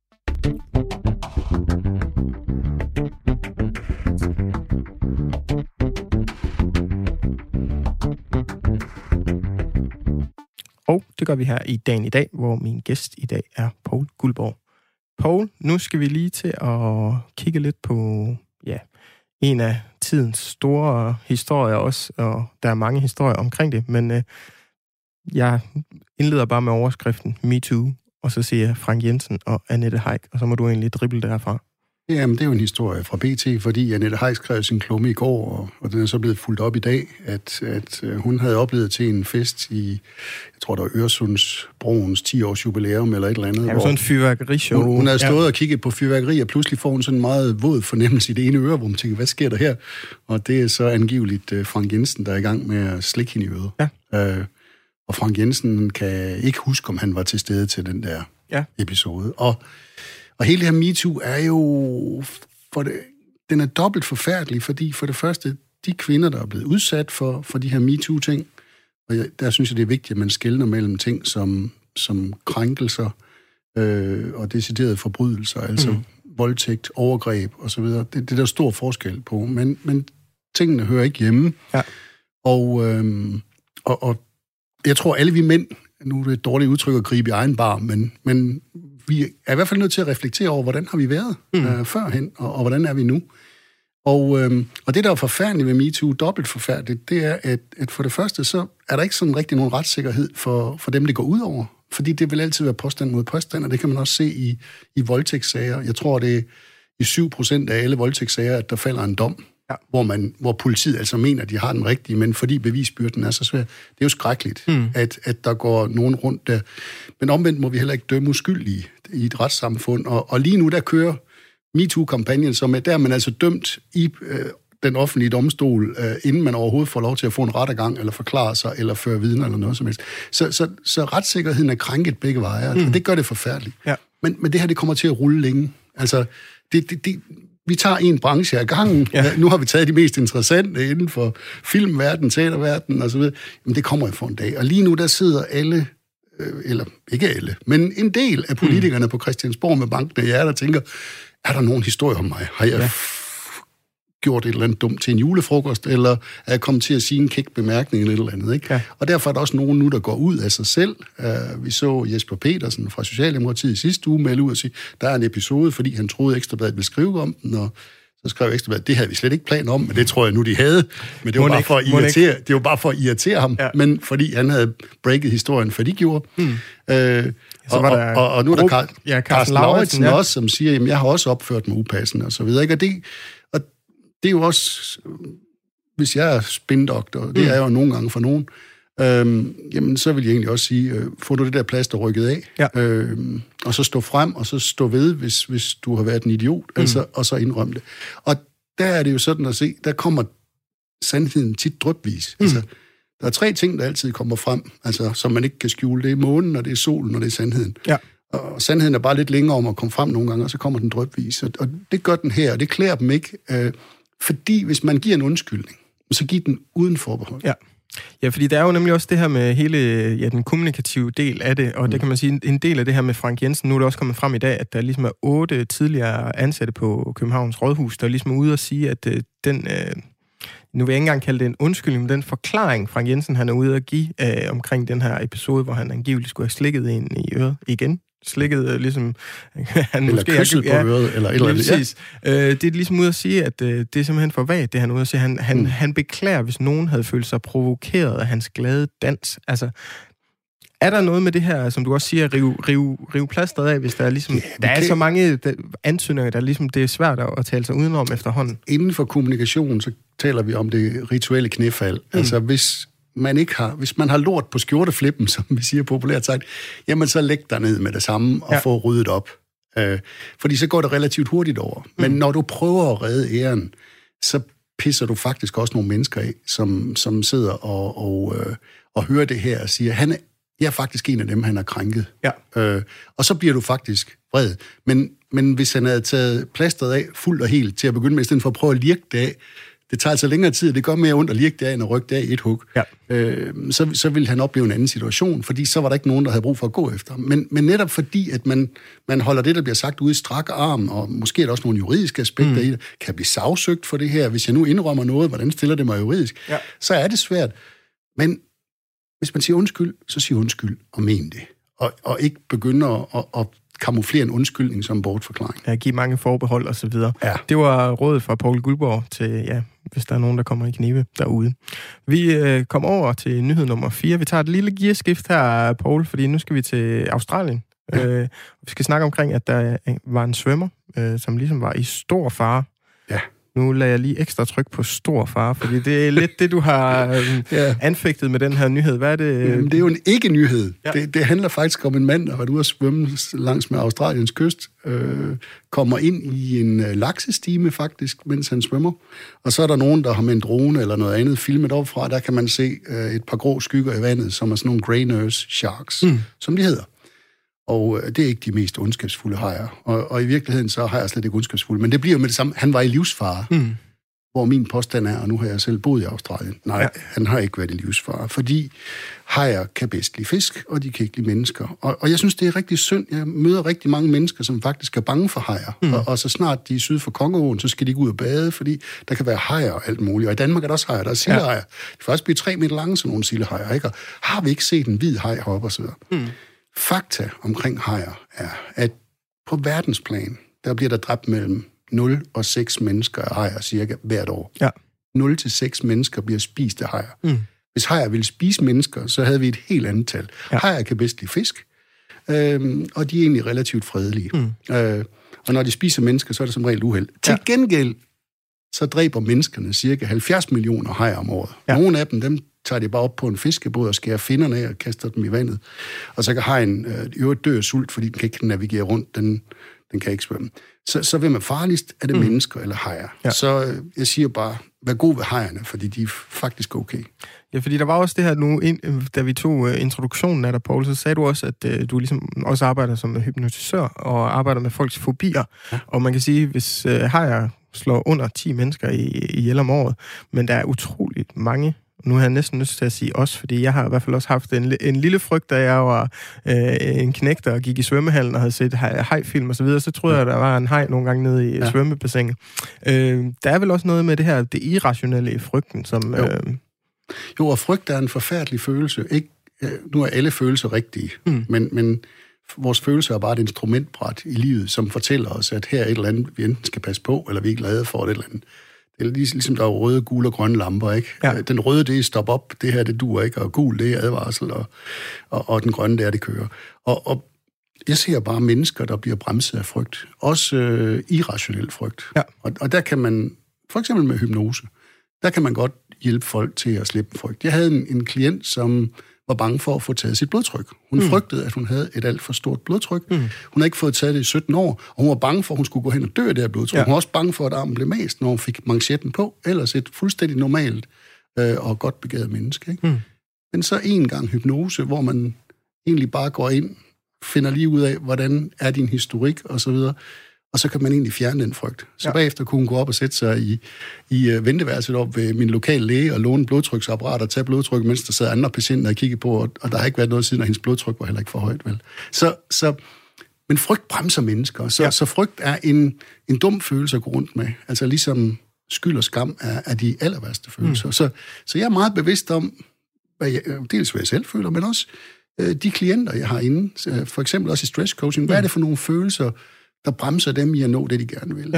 Og det gør vi her i dagen i dag, hvor min gæst i dag er Poul Guldborg. Poul, nu skal vi lige til at kigge lidt på ja, en af tidens store historier også, og der er mange historier omkring det, men øh, jeg indleder bare med overskriften MeToo, og så siger jeg Frank Jensen og Annette Heick, og så må du egentlig drible derfra. Jamen, det er jo en historie fra B T, fordi Annette Heick skrev sin klumme i går, og, og den er så blevet fulgt op i dag, at, at hun havde oplevet til en fest i, jeg tror, der var Øresundsbroens ti-års jubilæum eller et eller andet. Ja, sådan en fyrværkerishow. Hun, hun havde stået ja. og kigget på fyrværkeri, og pludselig får hun sådan en meget våd fornemmelse i det ene øre, hvor man tænker, hvad sker der her? Og det er så angiveligt Frank Jensen, der er i gang med at slikke hende i øret. Ja. Øh, og Frank Jensen kan ikke huske, om han var til stede til den der ja. episode. Og Og hele det her MeToo er jo, for det, den er dobbelt forfærdelig, fordi for det første, de kvinder, der er blevet udsat for, for de her MeToo-ting, og jeg, der synes jeg, det er vigtigt, at man skelner mellem ting som, som krænkelser øh, og deciderede forbrydelser, altså mm. voldtægt, overgreb osv. Det, det er der stor forskel på, men, men tingene hører ikke hjemme. Ja. Og, øh, og, og jeg tror, alle vi mænd, nu er det et dårligt udtryk at gribe i egen bar, men, men vi er i hvert fald nødt til at reflektere over, hvordan har vi været mm. øh, førhen, og, og hvordan er vi nu. Og, øh, og det, der er forfærdeligt ved MeToo, dobbelt forfærdeligt, det er, at, at for det første, så er der ikke sådan rigtig nogen retssikkerhed for, for dem, det går ud over. Fordi det vil altid være påstand mod påstand, og det kan man også se i, i voldtægtssager. Jeg tror, det er i syv procent af alle voldtægtssager, at der falder en dom, ja. hvor, man, hvor politiet altså mener, at de har den rigtige, men fordi bevisbyrden er så svær. Det er jo skrækkeligt, mm. at, at der går nogen rundt der. Men omvendt må vi heller ikke dømme uskyldige i et retssamfund. Og, og lige nu, der kører MeToo-kampagnen, som er der, man er altså dømt i øh, den offentlige domstol, øh, inden man overhovedet får lov til at få en rettergang, eller forklare sig, eller føre vidner, eller noget som helst. Så, så, så retssikkerheden er krænket begge veje, mm. og det gør det forfærdeligt. Ja. Men, men det her, det kommer til at rulle længe. Altså, det, det, det, vi tager en branche ad gangen. Ja. Nu har vi taget de mest interessante inden for filmverdenen, teaterverdenen og så videre. Men det kommer jo for en dag. Og lige nu, der sidder alle, øh, eller ikke alle, men en del af politikerne mm. på Christiansborg med bankene i hjertet og tænker, er der nogen historie om mig? Har jeg ja. gjort et eller andet dumt til en julefrokost, eller er jeg kommet til at sige en kæk bemærkning eller et eller andet, ikke? Ja. Og derfor er der også nogen nu, der går ud af sig selv. Uh, vi så Jesper Petersen fra Socialdemokratiet i sidste uge melde ud og sige, der er en episode, fordi han troede, Ekstra Bladet ville skrive om den, og så skrev Ekstra Bladet, det havde vi slet ikke plan om, men det tror jeg nu, de havde. Men det var, bare for, at irritere, det var bare for at irritere ham, ja. men fordi han havde breaket historien, for de gjorde. Hmm. Uh, og, og, og, og nu er der Kar- ja, Carsten Lauritsen ja. også, som siger, jamen jeg har også opført mig upassende, og så videre, ikke? Og det Det er jo også, hvis jeg er spindoktor, det er jeg jo nogle gange for nogen, øhm, jamen så vil jeg egentlig også sige, øh, får du det der plaster rykket af, ja. øhm, og så stå frem, og så stå ved, hvis, hvis du har været en idiot, mm. altså, og så indrømme det. Og der er det jo sådan at se, der kommer sandheden tit drypvis. Mm. Altså, der er tre ting, der altid kommer frem, altså, som man ikke kan skjule. Det er månen, og det er solen, og det er sandheden. Ja. Og sandheden er bare lidt længere om at komme frem nogle gange, og så kommer den drypvis. Og, og det gør den her, og det klæder dem ikke. Øh, fordi hvis man giver en undskyldning, så giver den uden forbehold. Ja. Ja, fordi der er jo nemlig også det her med hele ja, den kommunikative del af det, og mm. det kan man sige, en del af det her med Frank Jensen, nu er det også kommet frem i dag, at der ligesom er otte tidligere ansatte på Københavns Rådhus, der ligesom er ude og sige, at øh, den, øh, nu vil jeg ikke engang kalde det en undskyldning, men den forklaring, Frank Jensen han er ude at give øh, omkring den her episode, hvor han angiveligt skulle have slikket en i øret igen. Slikket ligesom... Han eller måske kysset på øret, ja, eller et eller andet. Præcis. Ja. Øh, det er ligesom ude at sige, at øh, det er simpelthen for vagt, det han er ude at sige. Han, han, mm. han beklager, hvis nogen havde følt sig provokeret af hans glade dans. Altså, er der noget med det her, som du også siger, rive, rive, rive plasteret af, hvis der er ligesom... Ja, der er kan... så mange der, antydninger, der ligesom det er svært at, at tale sig udenom efterhånden. Inden for kommunikation, så taler vi om det rituelle knæfald. Mm. Altså, hvis... man ikke har, hvis man har lort på skjorteflippen, som vi siger populært sagt, jamen så læg dig ned med det samme og ja. få ryddet op. Øh, fordi så går det relativt hurtigt over. Mm. Men når du prøver at redde æren, så pisser du faktisk også nogle mennesker af, som, som sidder og, og, øh, og hører det her og siger, han er, jeg er faktisk en af dem, han har krænket. Ja. Øh, og så bliver du faktisk vred. Men, men hvis han havde taget plasteret af fuldt og helt til at begynde med, i stedet for at prøve at lirke det af, det tager altså længere tid, det gør mere ondt at lirke det af, end at rykke det af i et hug. Ja. Øh, så, så ville han opleve en anden situation, fordi så var der ikke nogen, der havde brug for at gå efter. Men, men netop fordi, at man, man holder det, der bliver sagt ude i strak arm, og måske er der også nogle juridiske aspekter mm. i det, kan jeg blive sagsøgt for det her, hvis jeg nu indrømmer noget, hvordan stiller det mig juridisk, ja. så er det svært. Men hvis man siger undskyld, så siger undskyld og men det. Og, og ikke begynder at, at kamuflere en undskyldning som en bortforklaring. Ja, give mange forbehold og så videre. Ja. Det var rådet fra Poul Guldborg til, ja, hvis der er nogen, der kommer i knibe derude. Vi øh, kommer over til nyhed nummer fire. Vi tager et lille gearskift her, Poul, fordi nu skal vi til Australien. Ja. Øh, vi skal snakke omkring, at der var en svømmer, øh, som ligesom var i stor fare. Ja. Nu lader jeg lige ekstra tryk på stor fare, fordi det er lidt det, du har øh, ja. anfægtet med den her nyhed. Hvad er det? Jamen, det er jo en ikke-nyhed. Ja. Det, det handler faktisk om en mand, der har været ude at svømme langs med Australiens kyst, øh, kommer ind i en øh, laksestime faktisk, mens han svømmer. Og så er der nogen, der har med en drone eller noget andet filmet opfra. Der kan man se øh, et par grå skygger i vandet, som er sådan nogle grey nurse sharks, mm. som de hedder. Og det er ikke de mest ondskabsfulde hajer. Og, og i virkeligheden så har jeg slet ikke ondskabsfulde. Men det bliver jo med det samme. Han var i livsfare. Mm. Hvor min påstand er, og nu har jeg selv boet i Australien. Nej, ja. Han har ikke været i livsfare. Fordi hajer kan bedst lide fisk, og de kan ikke lide mennesker. Og, og jeg synes, det er rigtig synd. Jeg møder rigtig mange mennesker, som faktisk er bange for hajer. Mm. Og, og så snart de er syd for Kongeåen, så skal de gå ud og bade, fordi der kan være hajer og alt muligt. Og i Danmark er der også hajer. Der er sildehajer. Ja. De får også blive tre meter lange, sådan nogle sildehajer. Ikke? Og har vi ikke set en hvid haj heroppe og så videre? Mm. Fakta omkring hajer er, at på verdensplan, der bliver der dræbt mellem nul og seks mennesker af hajer cirka hvert år. Ja. nul til seks mennesker bliver spist af hajer. Mm. Hvis hajer ville spise mennesker, så havde vi et helt andet tal. Ja. Hajer kan bedst lide fisk, øh, og de er egentlig relativt fredelige. Mm. Øh, og når de spiser mennesker, så er det som regel uheld. Ja. Til gengæld, så dræber menneskerne cirka halvfjerds millioner hajer om året. Ja. Nogle af dem, dem tager de bare op på en fiskebåd og skærer finnerne af og kaster dem i vandet. Og så kan hajen øh, i øvrigt dø af sult, fordi den kan ikke navigere rundt. Den, den kan ikke svømme. Så, så hvem er farligst? Er det mm. mennesker eller hajer? Ja. Så øh, jeg siger bare, vær god ved hajerne, fordi de er faktisk okay. Ja, fordi der var også det her nu, da vi tog uh, introduktionen af dig, Poul, så sagde du også, at uh, du ligesom også arbejder som hypnotisør og arbejder med folks fobier. Ja. Og man kan sige, hvis uh, hajer slår under ti mennesker i, ihjel om året, men der er utroligt mange. Nu har jeg næsten lyst til at sige os, fordi jeg har i hvert fald også haft en, en lille frygt, da jeg var øh, en knægter og gik i svømmehallen og havde set hajfilm og så videre, så troede jeg, der var en haj nogle gange nede i ja. svømmebassinet. Øh, der er vel også noget med det her, det irrationelle i frygten, som... Jo, øh... jo og frygt er en forfærdelig følelse. Ikke, nu er alle følelser rigtige, mm. men, men vores følelser er bare et instrumentbræt i livet, som fortæller os, at her er et eller andet, vi enten skal passe på, eller vi er ikke glade for et eller andet. Det er ligesom, der er røde, gule og grønne lamper, ikke? Ja. Den røde, det er stop op, det her, det duer ikke, og gul, det er advarsel, og, og, og den grønne, det er, det kører. Og, og jeg ser bare mennesker, der bliver bremset af frygt. Også øh, irrationel frygt. Ja. Og, og der kan man, for eksempel med hypnose, der kan man godt hjælpe folk til at slippe frygt. Jeg havde en, en klient, som var bange for at få taget sit blodtryk. Hun mm. frygtede, at hun havde et alt for stort blodtryk. Mm. Hun havde ikke fået taget det i sytten år, og hun var bange for, at hun skulle gå hen og dø af det her blodtryk. Ja. Hun var også bange for, at armen blev mast, når hun fik manchetten på, ellers et fuldstændig normalt øh, og godt begavet menneske. Ikke? Mm. Men så en gang hypnose, hvor man egentlig bare går ind, finder lige ud af, hvordan er din historik, og så videre, og så kan man egentlig fjerne den frygt. Så ja. bagefter kunne hun gå op og sætte sig i, i uh, venteværelset op ved min lokale læge og låne blodtryksapparat og tage blodtryk, mens der sad andre patienter og kiggede på, og, og der har ikke været noget siden, at hendes blodtryk var heller ikke for højt, vel? Så, så, men frygt bremser mennesker, så, ja. så frygt er en, en dum følelse at gå rundt med. Altså ligesom skyld og skam er, er de aller værste følelser. Mm. Så, så jeg er meget bevidst om, hvad jeg, dels hvad jeg selv føler, men også øh, de klienter, jeg har inde, for eksempel også i stress coaching. Hvad mm. er det for nogle følelser, der bremser dem i at nå det, de gerne vil. Ja.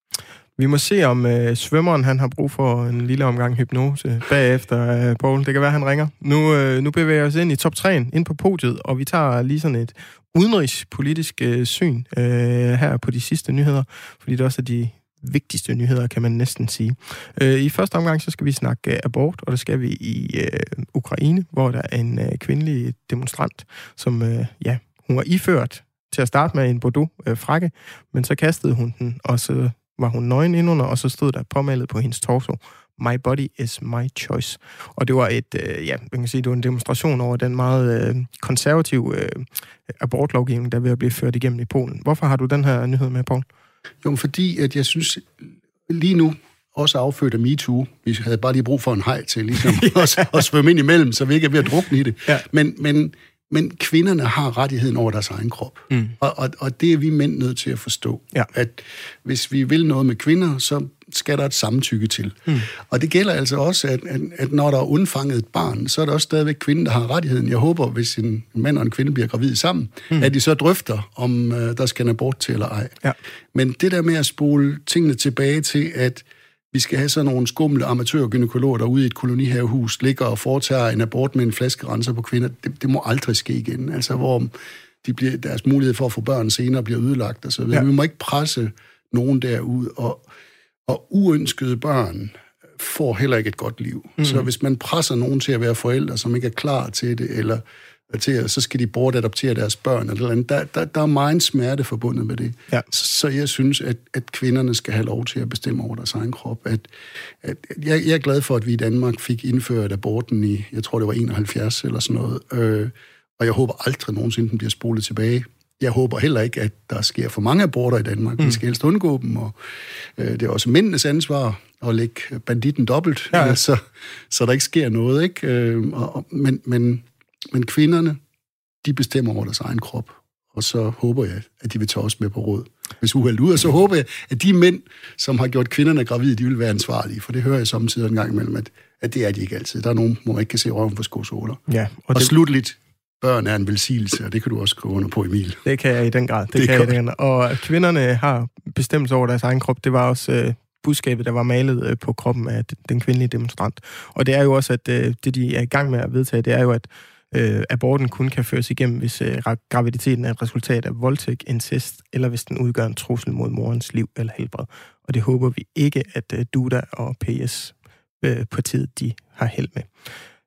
Vi må se, om øh, svømmeren han har brug for en lille omgang hypnose bagefter, øh, Poul. Det kan være, han ringer. Nu, øh, nu bevæger vi os ind i top tre, ind på podiet, og vi tager lige sådan et udenrigspolitisk øh, syn øh, her på de sidste nyheder, fordi det også er de vigtigste nyheder, kan man næsten sige. Øh, I første omgang, så skal vi snakke øh, abort, og det skal vi i øh, Ukraine, hvor der er en øh, kvindelig demonstrant, som, øh, ja, hun var iført til at starte med en Bordeaux-frakke, men så kastede hun den, og så var hun nøgen indunder, og så stod der påmalet på hendes torso, My body is my choice. Og det var et, øh, ja, man kan sige, det var en demonstration over den meget øh, konservative øh, abortlovgivning, der er ved at blive ført igennem i Polen. Hvorfor har du den her nyhed med, Poul? Jo, fordi at jeg synes, lige nu, også affødt af MeToo, vi havde bare lige brug for en haj til ligesom ja. at, at svømme ind imellem, så vi ikke er ved at drukne i det. Ja. Men, men Men kvinderne har rettigheden over deres egen krop. Mm. Og, og, og det er vi mænd nødt til at forstå. Ja. At hvis vi vil noget med kvinder, så skal der et samtykke til. Mm. Og det gælder altså også, at, at, at når der er undfanget et barn, så er det også stadigvæk kvinden, der har rettigheden. Jeg håber, hvis en mand og en kvinde bliver gravid sammen, mm. at de så drøfter, om uh, der skal en abort til eller ej. Ja. Men det der med at spole tingene tilbage til, at vi skal have sådan nogle skumle amatørgynækologer, der ude i et kolonihavehus ligger og foretager en abort med en flaskerenser på kvinder. Det, det må aldrig ske igen. Altså, hvor de bliver, deres mulighed for at få børn senere bliver ødelagt og så videre. Ja. Vi må ikke presse nogen derud, og, og uønskede børn får heller ikke et godt liv. Mm-hmm. Så hvis man presser nogen til at være forældre, som ikke er klar til det, eller til at, så skal de bortadoptere deres børn, eller andet. Der, der, der er meget smerte forbundet med det. Ja. Så, så jeg synes, at, at kvinderne skal have lov til at bestemme over deres egen krop. At, at, jeg, jeg er glad for, at vi i Danmark fik indført aborten i, jeg tror det var enoghalvfjerds eller sådan noget, øh, og jeg håber aldrig nogensinde, den bliver spolet tilbage. Jeg håber heller ikke, at der sker for mange aborter i Danmark. Mm. Vi skal helst undgå dem, og øh, det er også mændenes ansvar at lægge banditten dobbelt, ja, ja. Så, så der ikke sker noget. Ikke? Øh, og, men, men Men kvinderne, de bestemmer over deres egen krop. Og så håber jeg, at de vil tage os med på råd. Hvis uheldet ud, og så håber jeg, at de mænd, som har gjort kvinderne gravide, de vil være ansvarlige. For det hører jeg samtidig en gang imellem, at, at det er de ikke altid. Der er nogen, hvor man ikke kan se røven for skosåler. Ja, og, og det... slutligt, børn er en velsignelse, og det kan du også skrive under på, Emil. Det kan jeg i den grad. Det, det kan jeg i den grad. Og kvinderne har bestemmelse over deres egen krop. Det var også... Øh... budskabet, der var malet på kroppen af den kvindelige demonstrant. Og det er jo også, at det, de er i gang med at vedtage, det er jo, at øh, aborten kun kan føres igennem, hvis øh, graviditeten er et resultat af voldtægt, incest, eller hvis den udgør en trussel mod morens liv eller helbred. Og det håber vi ikke, at øh, Duda og P S-partiet, øh, de har held med.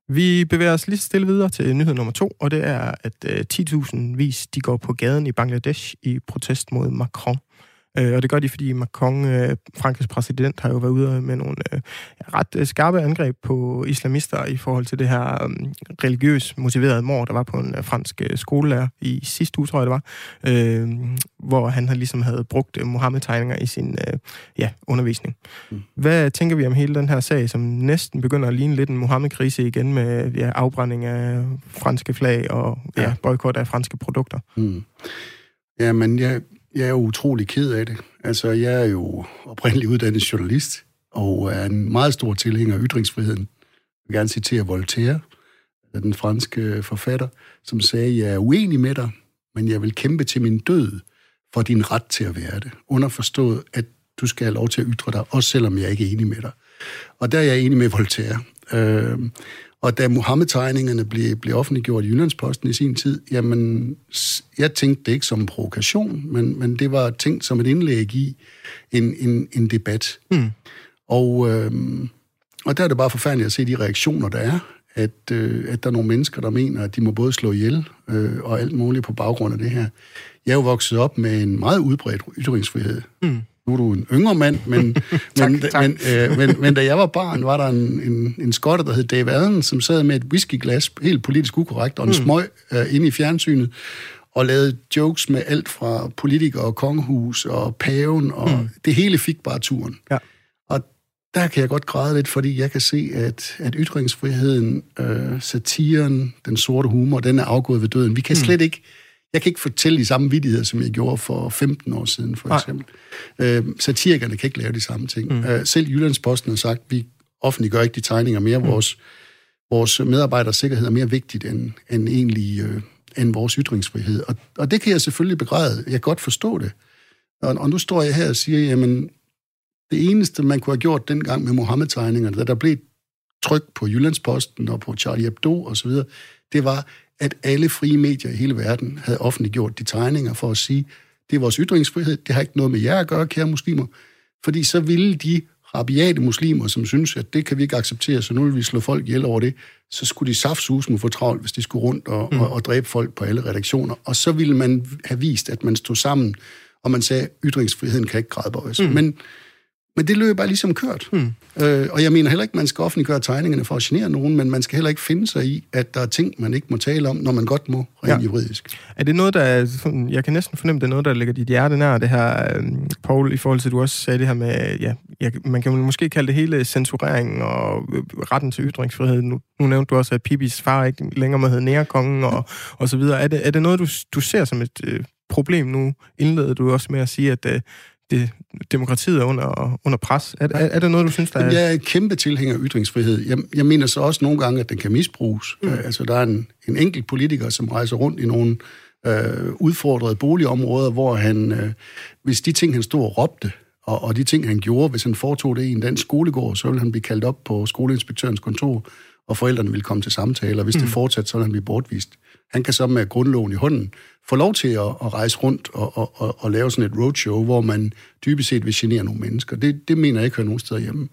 Vi bevæger os lige stille videre til nyhed nummer to, og det er, at uh, ti tusind vis de går på gaden i Bangladesh i protest mod Macron. Uh, og det gør de, fordi Macron, uh, Frankrigs præsident, har jo været ude med nogle uh, ret uh, skarpe angreb på islamister i forhold til det her um, religiøst motiverede mord, der var på en uh, fransk uh, skolelærer i sidste uge, tror jeg det var, uh, hvor han havde ligesom havde brugt uh, Mohammed-tegninger i sin uh, ja, undervisning. Mm. Hvad tænker vi om hele den her sag, som næsten begynder at ligne lidt en Mohammed-krise igen med ja, afbrænding af franske flag og ja, ja, boykot af franske produkter? Mm. Ja, men jeg... Jeg er jo utrolig ked af det. Altså, jeg er jo oprindelig uddannet journalist, og er en meget stor tilhænger af ytringsfriheden. Jeg vil gerne citere Voltaire, den franske forfatter, som sagde, jeg er uenig med dig, men jeg vil kæmpe til min død for din ret til at være det. Underforstået, at du skal have lov til at ytre dig, også selvom jeg ikke er enig med dig. Og der er jeg enig med Voltaire. Øh, Og da Mohammed-tegningerne blev, blev offentliggjort i Jyllandsposten i sin tid, jamen, jeg tænkte det ikke som en provokation, men, men det var tænkt som et indlæg i en, en, en debat. Mm. Og, øhm, og der er det bare forfærdeligt at se de reaktioner, der er, at, øh, at der er nogle mennesker, der mener, at de må både slå ihjel øh, og alt muligt på baggrund af det her. Jeg er jo vokset op med en meget udbredt ytringsfrihed. Mm. Nu er du en yngre mand, men, tak, men, tak. Men, øh, men, men da jeg var barn, var der en, en, en skotte, der hed Dave Allen, som sad med et whiskyglas, helt politisk ukorrekt, og en mm. smøg øh, inde i fjernsynet, og lavede jokes med alt fra politikere og kongehus og paven, og mm. det hele fik bare turen. Ja. Og der kan jeg godt græde lidt, fordi jeg kan se, at, at ytringsfriheden, øh, satiren, den sorte humor, den er afgået ved døden. Vi kan mm. slet ikke... Jeg kan ikke fortælle de samme vittigheder, som jeg gjorde for femten år siden, for eksempel. Øh, satirikerne kan ikke lave de samme ting. Mm. Øh, selv Jyllandsposten har sagt, at vi offentliggør ikke de tegninger mere. Mm. Vores, vores medarbejders sikkerhed er mere vigtigt end, end, egentlig, øh, end vores ytringsfrihed. Og, og det kan jeg selvfølgelig begræde. Jeg kan godt forstå det. Og, og nu står jeg her og siger, jamen, det eneste, man kunne have gjort dengang med Mohammed-tegningerne, da der blev tryk på Jyllandsposten og på Charlie Hebdo osv., det var, at alle frie medier i hele verden havde offentliggjort de tegninger for at sige, det er vores ytringsfrihed, det har ikke noget med jer at gøre, kære muslimer. Fordi så ville de rabiate muslimer, som synes, at det kan vi ikke acceptere, så nu vil vi slå folk ihjel over det, så skulle de saftsusme få travlt, hvis de skulle rundt og, mm. og, og dræbe folk på alle redaktioner. Og så ville man have vist, at man stod sammen, og man sagde, at ytringsfriheden kan ikke gradbøjes. Mm. Men Men det løb bare ligesom kørt. Hmm. Øh, og jeg mener heller ikke, at man skal offentliggøre tegningerne for at genere nogen, men man skal heller ikke finde sig i, at der er ting, man ikke må tale om, når man godt må, rent ja. juridisk. Er det noget, der er, jeg kan næsten fornemme, det er noget, der ligger dit hjerte nær, det her, Poul, i forhold til, at du også sagde det her med, ja, man kan måske kalde det hele censurering og retten til ytringsfrihed. Nu, nu nævnte du også, at Pipis far ikke længere må hedde Nærkongen og, og så videre. Er det, er det noget, du, du ser som et øh, problem nu? Indleder du også med at sige, at øh, det, demokratiet er under, under pres. Er, er, er det noget, du synes, der er... Jeg er kæmpe tilhænger af ytringsfrihed. Jeg, jeg mener så også nogle gange, at den kan misbruges. Mm. Uh, altså, der er en, en enkelt politiker, som rejser rundt i nogle uh, udfordrede boligområder, hvor han, uh, hvis de ting, han stod og råbte, og, og de ting, han gjorde, hvis han foretog det i en dansk skolegård, så ville han blive kaldt op på skoleinspektørens kontor, og forældrene ville komme til samtaler. Hvis mm. det fortsatte, så ville han blive bortvist. Han kan så med grundloven i hånden få lov til at, at rejse rundt og, og, og, og lave sådan et roadshow, hvor man dybest set vil genere nogle mennesker. Det, det mener jeg ikke hører nogen steder hjemme.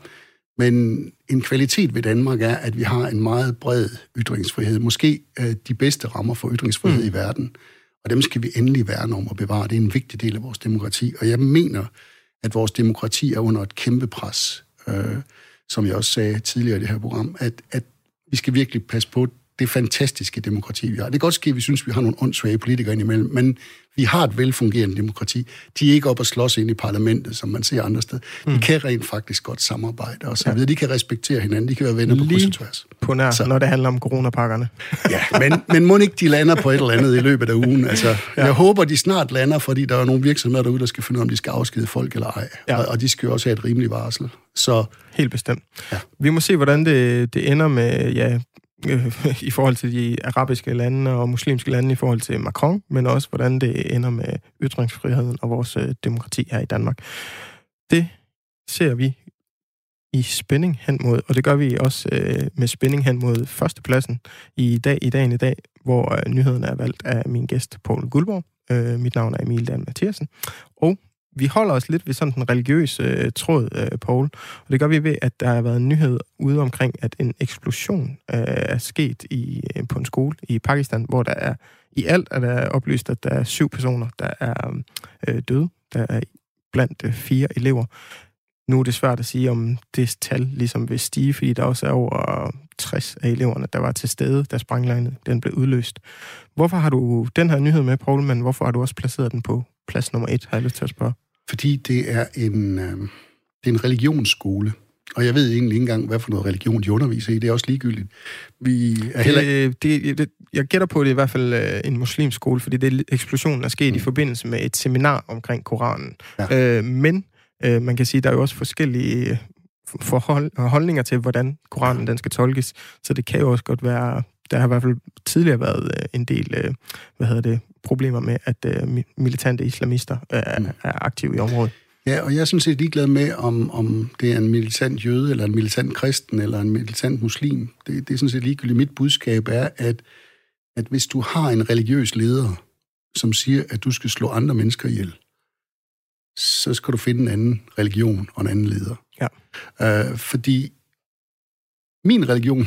Men en kvalitet ved Danmark er, at vi har en meget bred ytringsfrihed. Måske øh, de bedste rammer for ytringsfrihed mm. i verden. Og dem skal vi endelig værne om at bevare. Det er en vigtig del af vores demokrati. Og jeg mener, at vores demokrati er under et kæmpe pres, øh, som jeg også sagde tidligere i det her program, at, at vi skal virkelig passe på det fantastiske demokrati, vi har. Det kan godt ske, at vi synes, vi har nogle åndssvage politikere indimellem, men vi har et velfungerende demokrati. De er ikke op at slås ind i parlamentet, som man ser andre steder. De mm. kan rent faktisk godt samarbejde, og så ja. videre. De kan respektere hinanden, de kan være venner på kryds og tværs. På nær, så. Når det handler om coronapakkerne. Ja, men, men må ikke de lander på et eller andet i løbet af ugen? Altså, ja. Jeg håber, de snart lander, fordi der er nogle virksomheder derude, der skal finde ud af, om de skal afskede folk eller ej. Ja. Og, og de skal jo også have et rimeligt varsel. Så, helt bestemt. Ja. Vi må se, hvordan det, det ender med... Ja, i forhold til de arabiske lande og muslimske lande i forhold til Macron, men også hvordan det ender med ytringsfriheden og vores øh, demokrati her i Danmark. Det ser vi i spænding hen mod, og det gør vi også øh, med spænding hen mod førstepladsen i dag i dagen i dag, hvor øh, nyheden er valgt af min gæst, Poul Guldborg. Øh, mit navn er Emil Dan Mathiasen, og vi holder os lidt ved sådan den religiøse øh, tråd, øh, Poul. Og det gør vi ved, at der har været en nyhed ude omkring, at en eksplosion øh, er sket i, øh, på en skole i Pakistan, hvor der er i alt er der oplyst, at der er syv personer, der er øh, døde. Der er blandt øh, fire elever. Nu er det svært at sige, om det tal ligesom vil stige, fordi der også er over tres af eleverne, der var til stede, da sprænglegnet den blev udløst. Hvorfor har du den her nyhed med, Poul, men hvorfor har du også placeret den på plads nummer et, har jeg lyst til at spørge? Fordi det er en, øh, det er en religionsskole, og jeg ved egentlig ikke engang, hvad for noget religion de underviser i. Det er også ligegyldigt. Vi er heller... det, det, det, jeg gætter på, at det er i hvert fald øh, en muslimsk skole, fordi det, eksplosionen er sket mm. i forbindelse med et seminar omkring Koranen. Ja. Øh, men øh, man kan sige, at der er jo også forskellige forhold, holdninger til, hvordan Koranen den skal tolkes. Så det kan jo også godt være... Der har i hvert fald tidligere været øh, en del øh, hvad hedder det, problemer med, at øh, militante islamister øh, mm. er aktive i området. Ja, og jeg er sådan set ligeglad med, om, om det er en militant jøde, eller en militant kristen, eller en militant muslim. Det, det er sådan set ligegyldigt. Mit budskab er, at, at hvis du har en religiøs leder, som siger, at du skal slå andre mennesker ihjel, så skal du finde en anden religion og en anden leder. Ja. Øh, fordi min religion,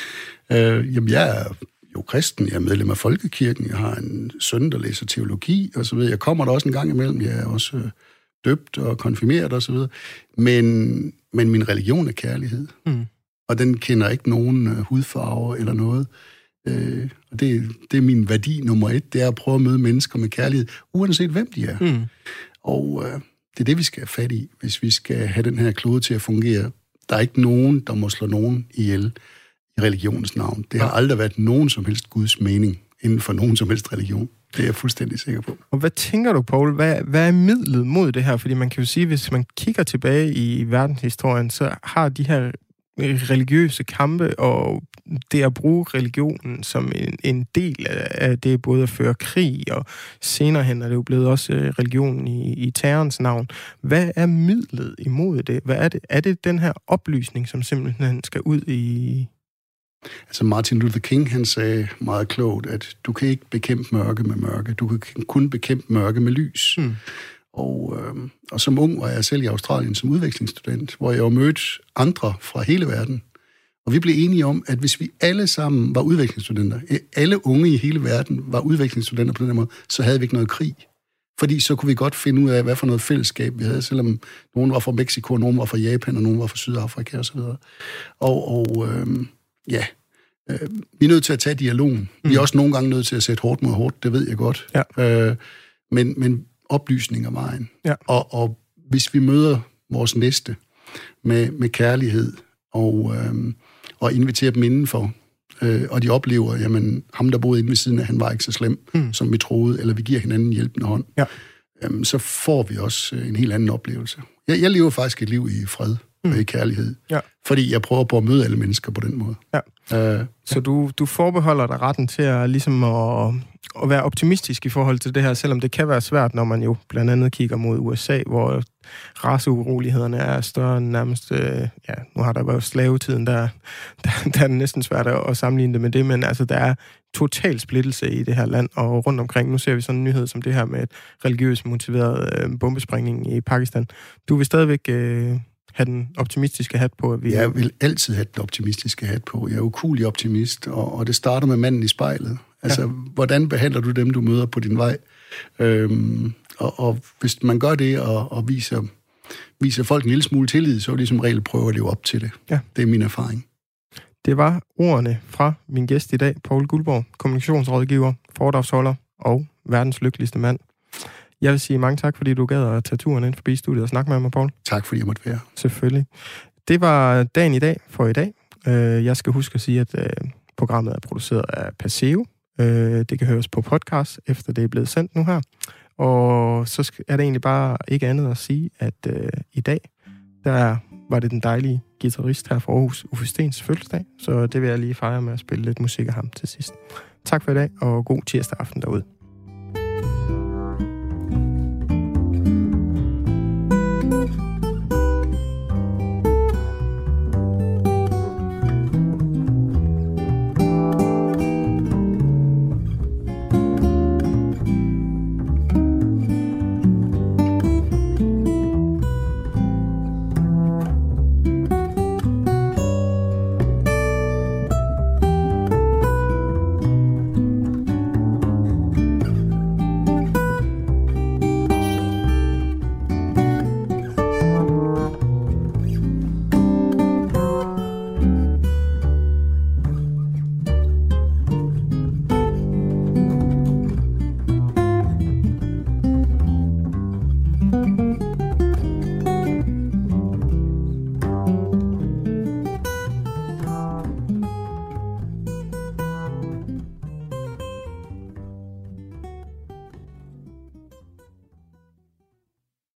øh, jamen jeg er jo kristen, jeg er medlem af Folkekirken, jeg har en søn, der læser teologi, og så videre. Jeg kommer der også en gang imellem, jeg er også... Øh, døbt og konfirmeret og så videre. Men, men min religion er kærlighed. Mm. Og den kender ikke nogen uh, hudfarve eller noget. Uh, og det, det er min værdi nummer et, det er at prøve at møde mennesker med kærlighed, uanset hvem de er. Mm. Og uh, det er det, vi skal have fat i, hvis vi skal have den her klode til at fungere. Der er ikke nogen, der må slå nogen ihjel i religionens navn. Det har ja. aldrig været nogen som helst Guds mening inden for nogen som helst religion. Det er jeg fuldstændig sikker på. Og hvad tænker du, Poul? Hvad, hvad er midlet mod det her? Fordi man kan jo sige, hvis man kigger tilbage i verdenshistorien, så har de her religiøse kampe og det at bruge religionen som en, en del af det, både at føre krig, og senere hen er det jo blevet også religionen i, i terrorens navn. Hvad er midlet imod det? Hvad er det? Er det den her oplysning, som simpelthen skal ud i... Altså Martin Luther King, han sagde meget klogt, at du kan ikke bekæmpe mørke med mørke. Du kan kun bekæmpe mørke med lys. Mm. Og, øh, og som ung var jeg selv i Australien som udvekslingsstudent, hvor jeg jo mødte andre fra hele verden. Og vi blev enige om, at hvis vi alle sammen var udvekslingsstudenter, alle unge i hele verden var udvekslingsstudenter på den måde, så havde vi ikke noget krig. Fordi så kunne vi godt finde ud af, hvad for noget fællesskab vi havde, selvom nogen var fra Mexico, nogen var fra Japan, og nogen var fra Sydafrika osv. Og, og øh, ja, øh, vi er nødt til at tage dialogen. Mm. Vi er også nogle gange nødt til at sætte hårdt mod hårdt, det ved jeg godt. Ja. Øh, men, men oplysning er vejen. Ja. Og, og hvis vi møder vores næste med, med kærlighed og, øh, og inviterer dem indenfor, øh, og de oplever, jamen ham, der boede inde ved siden af, han var ikke så slem, mm. som vi troede, eller vi giver hinanden en hjælpende hånd, ja. øh, så får vi også en helt anden oplevelse. Jeg, jeg lever faktisk et liv i fred mm. og i kærlighed, ja. Fordi jeg prøver på at møde alle mennesker på den måde. Ja. Øh, så ja. du, du forbeholder dig retten til at, ligesom at, at være optimistisk i forhold til det her, selvom det kan være svært, når man jo blandt andet kigger mod U S A, hvor raceurolighederne er større end nærmest... Øh, ja, nu har der været slavetiden, der, der, der er det næsten svært at sammenligne det med det, men altså, der er total splittelse i det her land, og rundt omkring, nu ser vi sådan en nyhed som det her med et religiøst motiveret øh, bombesprængning i Pakistan. Du vil stadigvæk... Øh, have den optimistiske hat på? At vi... Jeg vil altid have den optimistiske hat på. Jeg er ukuelig optimist, og, og det starter med manden i spejlet. Altså, ja. Hvordan behandler du dem, du møder på din vej? Øhm, og, og hvis man gør det, og, og viser, viser folk en lille smule tillid, så vil de som regel prøve at leve op til det. Ja. Det er min erfaring. Det var ordene fra min gæst i dag, Poul Guldborg, kommunikationsrådgiver, foredragsholder og verdens lykkeligste mand. Jeg vil sige mange tak, fordi du gad at tage turen ind forbi studiet og snakke med mig, Poul. Tak, fordi jeg måtte være. Selvfølgelig. Det var dagen i dag for i dag. Jeg skal huske at sige, at programmet er produceret af Paseo. Det kan høres på podcast, efter det er blevet sendt nu her. Og så er det egentlig bare ikke andet at sige, at i dag, der var det den dejlige guitarist her fra Aarhus, Uffe Stens fødselsdag. Så det vil jeg lige fejre med at spille lidt musik af ham til sidst. Tak for i dag, og god tirsdag aften derude.